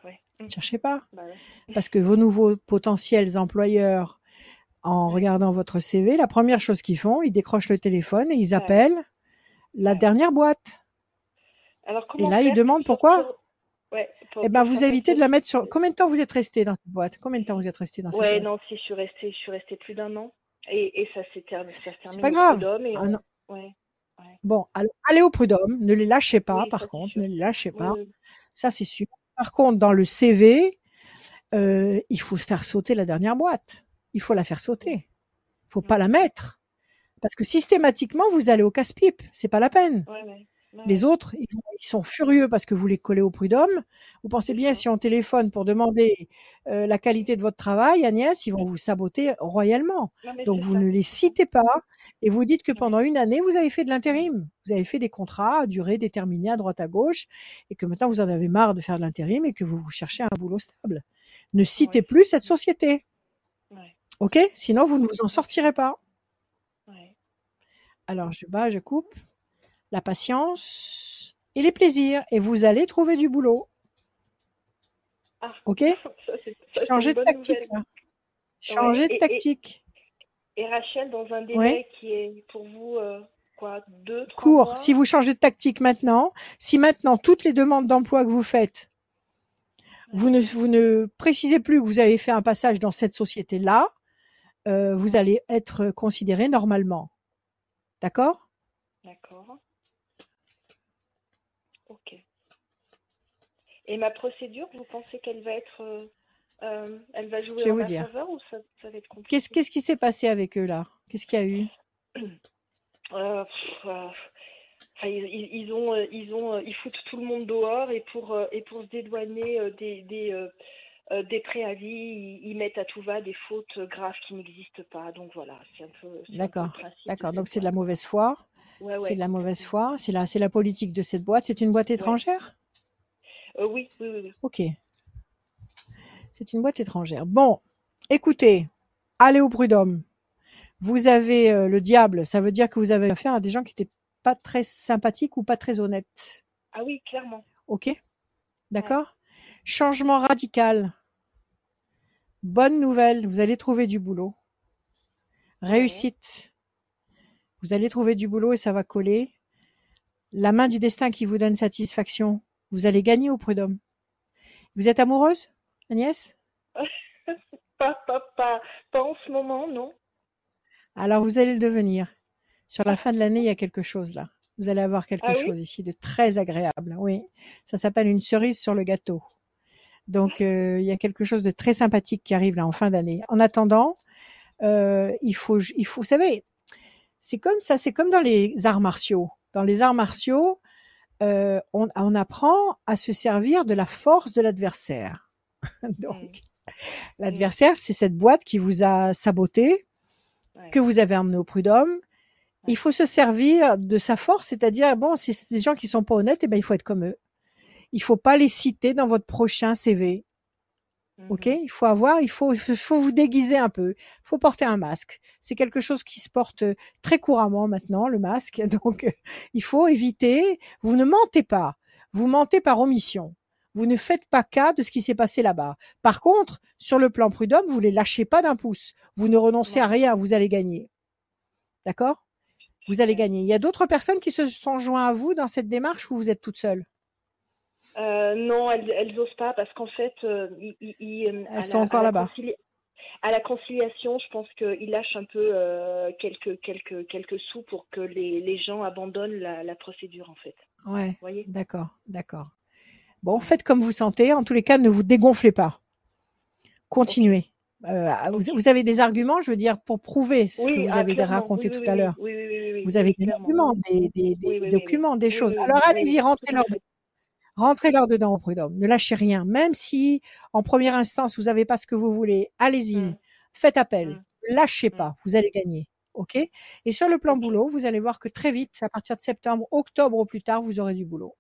Ne cherchez pas. Bah ouais. Parce que vos nouveaux potentiels employeurs, en Ouais. regardant votre C V, la première chose qu'ils font, ils décrochent le téléphone et ils Ah ouais. appellent la Ah ouais. dernière boîte. Alors Et comment là, ils faire pour demandent pourquoi. sortir Ouais, pour, Eh ben, pour vous faire évitez sortir de la du... mettre sur. Combien de temps vous êtes resté dans cette boîte Combien de temps vous êtes resté dans cette Ouais, boîte non, si je suis restée, je suis restée plus d'un an. Et, et ça s'est terminé, ça se C'est termine pas au grave. prud'homme et Ah non. on... Ouais, ouais. Bon, alors, allez au prud'homme, ne les lâchez pas, Oui, par ça c'est contre, sûr. ne les lâchez Oui, pas. oui. Ça, c'est sûr. Par contre, dans le C V, euh, il faut faire sauter la dernière boîte. Il faut la faire Ouais. sauter. Il faut Ouais. pas la mettre. Parce que systématiquement, vous allez au casse-pipe. C'est pas la peine. Ouais, ouais. Ouais, Les ouais. autres, ils, vont- ils sont furieux parce que vous les collez au prud'homme. Vous pensez C'est bien, ça. si on téléphone pour demander euh, la qualité de votre travail, Agnès, ils vont vous saboter royalement. Non, mais Donc, c'est vous ça. ne les C'est ça. citez pas et vous dites que Ouais. pendant une année, vous avez fait de l'intérim. Vous avez fait des contrats à durée déterminée à droite à gauche et que maintenant, vous en avez marre de faire de l'intérim et que vous vous cherchez un boulot stable. Ne citez Ouais. plus cette société. Ouais. OK? Sinon, vous ne vous en sortirez pas. Ouais. Alors, je bats, je coupe. La patience et les plaisirs. Et vous allez trouver du boulot. Ah, OK? ça c'est ça, c'est Changez une de bonne tactique, nouvelle. là. Ouais. Changez de Et, et, tactique. et Rachel, dans un Ouais. délai qui est pour vous, euh, quoi, deux, trois Court. mois? Si vous changez de tactique maintenant, si maintenant toutes les demandes d'emploi que vous faites, vous Ouais. ne, vous ne précisez plus que vous avez fait un passage dans cette société-là, euh, vous allez être considéré normalement. D'accord? D'accord. Ok. Et ma procédure, vous pensez qu'elle va être, euh, euh, elle va Je jouer vais en vous ma dire. faveur ou ça, ça va être Qu'est-ce compliqué? qu'est-ce qui s'est passé avec eux là? Qu'est-ce qu'il y a eu? Euh, pff, euh, enfin, ils, ils- ils ont, euh, ils ont, euh, ils foutent tout le monde dehors et pour, euh, et pour se dédouaner euh, des, des, euh, euh, des préavis, ils, ils mettent à tout va des fautes graves qui n'existent pas. Donc voilà, c'est un peu, c'est un peu le D'accord. principe de D'accord. cette Donc c'est de la boîte, quoi. mauvaise foi. Ouais, C'est ouais, de la mauvaise complètement. foi. C'est la, c'est la politique de cette boîte. C'est une boîte Ouais. étrangère? Euh, oui, oui, oui, oui. Ok. C'est une boîte étrangère. Bon, écoutez, allez au prud'homme. Vous avez euh, le diable, ça veut dire que vous avez affaire à des gens qui n'étaient pas très sympathiques ou pas très honnêtes. Ah oui, clairement. Ok? Ouais. D'accord? Changement radical. Bonne nouvelle, vous allez trouver du boulot. Ouais. Réussite. Vous allez trouver du boulot et ça va coller. La main du destin qui vous donne satisfaction. Vous allez gagner au prud'homme. Vous êtes amoureuse, Agnès? Pas, pas, pas, pas en ce moment, non. Alors vous allez le devenir. Sur la fin de l'année, il y a quelque chose là. Vous allez avoir quelque Ah oui? chose ici de très agréable. Oui, ça s'appelle une cerise sur le gâteau. Donc euh, il y a quelque chose de très sympathique qui arrive là en fin d'année. En attendant, euh, il faut, il faut, vous savez, c'est comme ça, c'est comme dans les arts martiaux. Dans les arts martiaux, euh, on, on apprend à se servir de la force de l'adversaire. Donc Mm. Mm. l'adversaire, c'est cette boîte qui vous a saboté, Ouais. que vous avez emmené au prud'homme. Ouais. Il faut se servir de sa force, c'est-à-dire, bon, si c'est des gens qui sont pas honnêtes, eh ben, il faut être comme eux. Il faut pas les citer dans votre prochain C V. Ok? Mhm. Il faut avoir, il faut, il faut vous déguiser un peu. Il faut porter un masque. C'est quelque chose qui se porte très couramment maintenant, le masque. Donc, il faut éviter. Vous ne mentez pas. Vous mentez par omission. Vous ne faites pas cas de ce qui s'est passé là-bas. Par contre, sur le plan prud'homme, vous les lâchez pas d'un pouce. Vous ne renoncez à Ouais. rien. Vous allez gagner. D'accord? Vous allez Super. gagner. Il y a d'autres personnes qui se sont joints à vous dans cette démarche ou vous êtes toute seule? Euh, non, elles, elles osent pas parce qu'en fait, euh, ils, ils- ils, euh, à Elles sont la, à encore la là-bas. concili- à la conciliation, je pense qu'ils lâchent un peu euh, quelques, quelques, quelques sous pour que les, les gens abandonnent la, la procédure, en fait. Ouais, Vous voyez? d'accord, d'accord. Bon, Ouais. faites comme vous sentez. En tous les cas, ne vous dégonflez pas. Ok, Continuez. Euh, vous, ok. vous avez des arguments, je veux dire, pour prouver ce que Oui, vous ah, avez clairement. Oui, raconté oui, tout oui, à oui, l'heure. oui, oui, oui, oui, Vous oui, avez oui, des clairement. arguments, des, des, des, Oui, des oui, oui, oui. documents, des Oui, choses. oui, oui, Alors oui, allez-y, tout rentrez à leur, fait. rentrez leur dedans au prud'homme. Ne lâchez rien. Même si, en première instance, vous n'avez pas ce que vous voulez, allez-y. Hum, Faites appel. hum, Ne lâchez hum. pas. Vous allez gagner. OK? Et sur le plan Ok. boulot, vous allez voir que très vite, à partir de septembre, octobre au plus tard, vous aurez du boulot.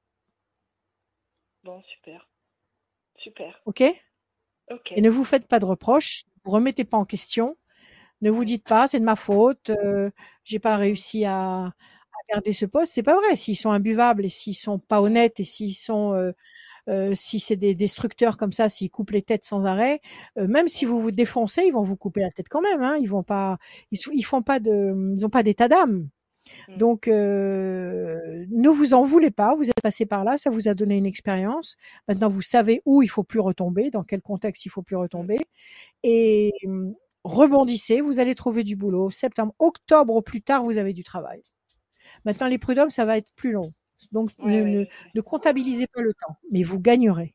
Bon, super. Super. OK? Ok. Et ne vous faites pas de reproches. Ne vous remettez pas en question. Ne vous Ouais. dites pas, c'est de ma faute, euh, j'ai pas Mhm. réussi à, à garder ce poste, c'est pas vrai. S'ils sont imbuvables et s'ils sont pas honnêtes et s'ils sont, euh, euh, si c'est des destructeurs comme ça, s'ils coupent les têtes sans arrêt, euh, même si vous vous défoncez, ils vont vous couper la tête quand même. Hein. Ils vont pas, ils, sou- ils font pas de, ils ont pas d'état d'âme. Mm. Donc, euh, ne vous en voulez pas. Vous êtes passé par là, ça vous a donné une expérience. Maintenant, vous savez où il faut plus retomber, dans quel contexte il faut plus Mm. retomber, et hum, rebondissez. Vous allez trouver du boulot. Septembre, octobre au plus tard, vous avez du travail. Maintenant, les prud'hommes, ça va être plus long. Donc, Ouais, ne, ouais, ne, je sais. ne comptabilisez pas le temps, mais vous gagnerez.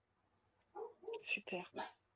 Super.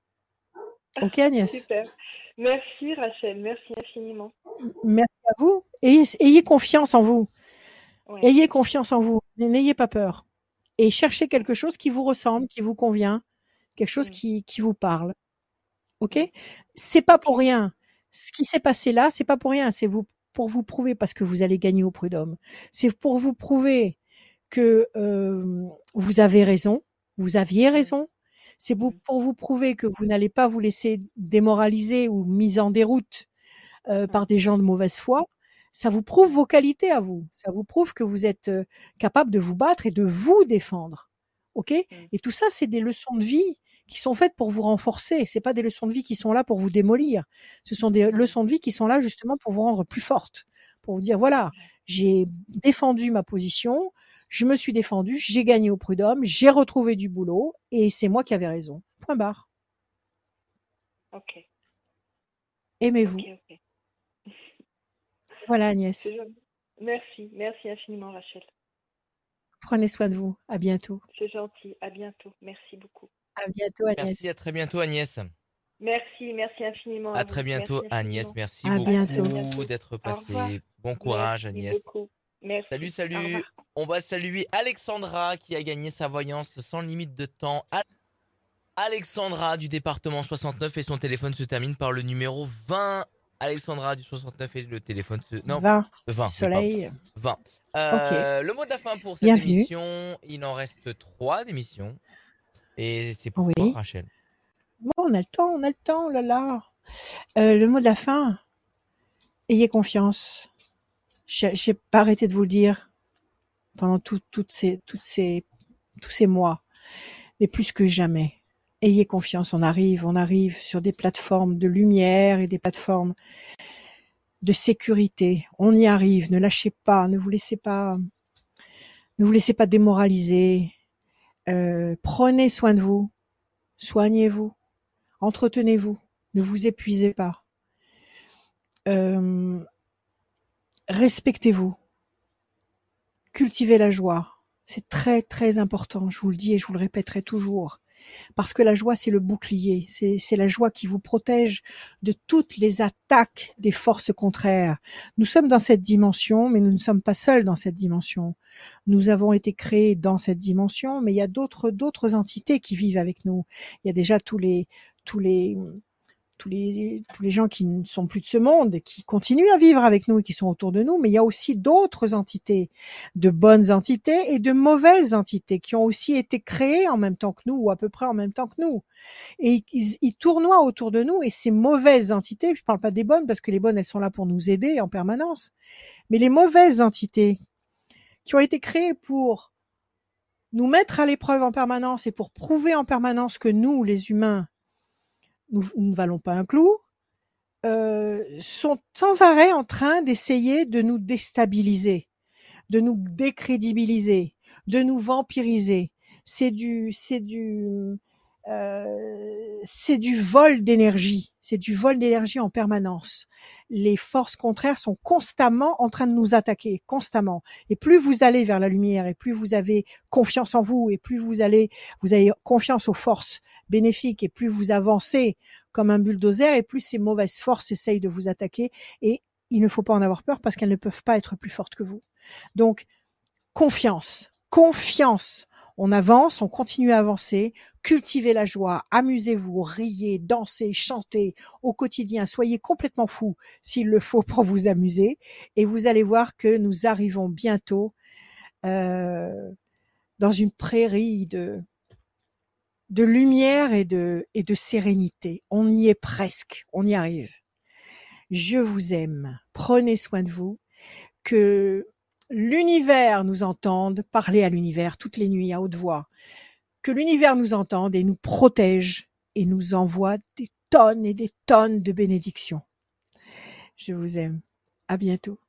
Ok, Agnès? Super. Merci Rachel, merci infiniment. Merci à vous. Ayez, ayez confiance en vous. Ouais. Ayez confiance en vous. N'ayez pas peur. Et cherchez quelque chose qui vous ressemble, qui vous convient, quelque chose Mm. qui, qui vous parle. Ok? Mm. C'est pas pour rien. Ce qui s'est passé là, c'est pas pour rien. C'est vous, pour vous prouver, parce que vous allez gagner au prud'homme. C'est pour vous prouver que euh, vous avez raison, vous aviez Mm. raison. C'est pour, Mm. pour vous prouver que vous n'allez pas vous laisser démoraliser ou mise en déroute euh, Mm. par des gens de mauvaise foi. Ça vous prouve vos qualités à vous. Ça vous prouve que vous êtes euh, capable de vous battre et de vous défendre. Ok? Mm. Et tout ça, c'est des leçons de vie qui sont faites pour vous renforcer. C'est pas des leçons de vie qui sont là pour vous démolir. Ce sont des Mm. leçons de vie qui sont là justement pour vous rendre plus forte, pour vous dire voilà, j'ai défendu ma position, je me suis défendue, j'ai gagné au prud'homme, j'ai retrouvé du boulot et c'est moi qui avais raison. Point barre. Ok, Aimez-vous. ok, ok. Voilà C'est Agnès. gentil. Merci, merci infiniment Rachel. Prenez soin de vous. À bientôt. C'est gentil. À bientôt. Merci beaucoup. À bientôt Merci, Agnès. à très bientôt Agnès. Merci, merci infiniment à À vous. très bientôt Merci Agnès, infiniment. merci À bientôt. beaucoup d'être Au revoir. passé. Bon courage Merci Agnès. beaucoup. Merci. Salut, Au salut. revoir. On va saluer Alexandra qui a gagné sa voyance sans limite de temps. Al- Alexandra du département soixante-neuf et son téléphone se termine par le numéro vingt. Alexandra du soixante-neuf et le téléphone se... Non, vingt. vingt. oui, pardon. Soleil. vingt. Ok. Euh, le mot de la fin pour cette Bienvenue. émission. Il en reste trois d'émissions. Et c'est pour Oui. toi Rachel. Bon, on a le temps, on a le temps, oh là là. Euh, le mot de la fin. Ayez confiance. J'ai j'ai pas arrêté de vous le dire pendant tout, toutes ces, toutes ces, tous ces mois. Mais plus que jamais. Ayez confiance. On arrive, on arrive sur des plateformes de lumière et des plateformes de sécurité. On y arrive. Ne lâchez pas. Ne vous laissez pas, ne vous laissez pas démoraliser. Euh, prenez soin de vous. Soignez-vous. Entretenez-vous. Ne vous épuisez pas. Euh, respectez-vous. Cultivez la joie. C'est très très important. Je vous le dis et je vous le répéterai toujours. Parce que la joie, c'est le bouclier. C'est, c'est la joie qui vous protège de toutes les attaques des forces contraires. Nous sommes dans cette dimension, mais nous ne sommes pas seuls dans cette dimension. Nous avons été créés dans cette dimension, mais il y a d'autres, d'autres entités qui vivent avec nous. Il y a déjà tous les, tous les, tous les, tous les gens qui ne sont plus de ce monde et qui continuent à vivre avec nous et qui sont autour de nous, mais il y a aussi d'autres entités, de bonnes entités et de mauvaises entités qui ont aussi été créées en même temps que nous ou à peu près en même temps que nous. Et ils, ils tournoient autour de nous et ces mauvaises entités, je parle pas des bonnes parce que les bonnes elles sont là pour nous aider en permanence, mais les mauvaises entités qui ont été créées pour nous mettre à l'épreuve en permanence et pour prouver en permanence que nous, les humains, nous, nous ne valons pas un clou, euh, sont sans arrêt en train d'essayer de nous déstabiliser, de nous décrédibiliser, de nous vampiriser. C'est du, c'est du, euh, c'est du vol d'énergie. C'est du vol d'énergie en permanence. Les forces contraires sont constamment en train de nous attaquer, constamment. Et plus vous allez vers la lumière, et plus vous avez confiance en vous, et plus vous allez, vous avez confiance aux forces bénéfiques, et plus vous avancez comme un bulldozer, et plus ces mauvaises forces essayent de vous attaquer. Et il ne faut pas en avoir peur parce qu'elles ne peuvent pas être plus fortes que vous. Donc, confiance, confiance. On avance, on continue à avancer, cultivez la joie, amusez-vous, riez, dansez, chantez au quotidien, soyez complètement fous s'il le faut pour vous amuser et vous allez voir que nous arrivons bientôt euh, dans une prairie de, de lumière et de, et de sérénité. On y est presque, on y arrive. Je vous aime, prenez soin de vous, que l'univers nous entende, parlez à l'univers toutes les nuits à haute voix, que l'univers nous entende et nous protège et nous envoie des tonnes et des tonnes de bénédictions. Je vous aime. À bientôt.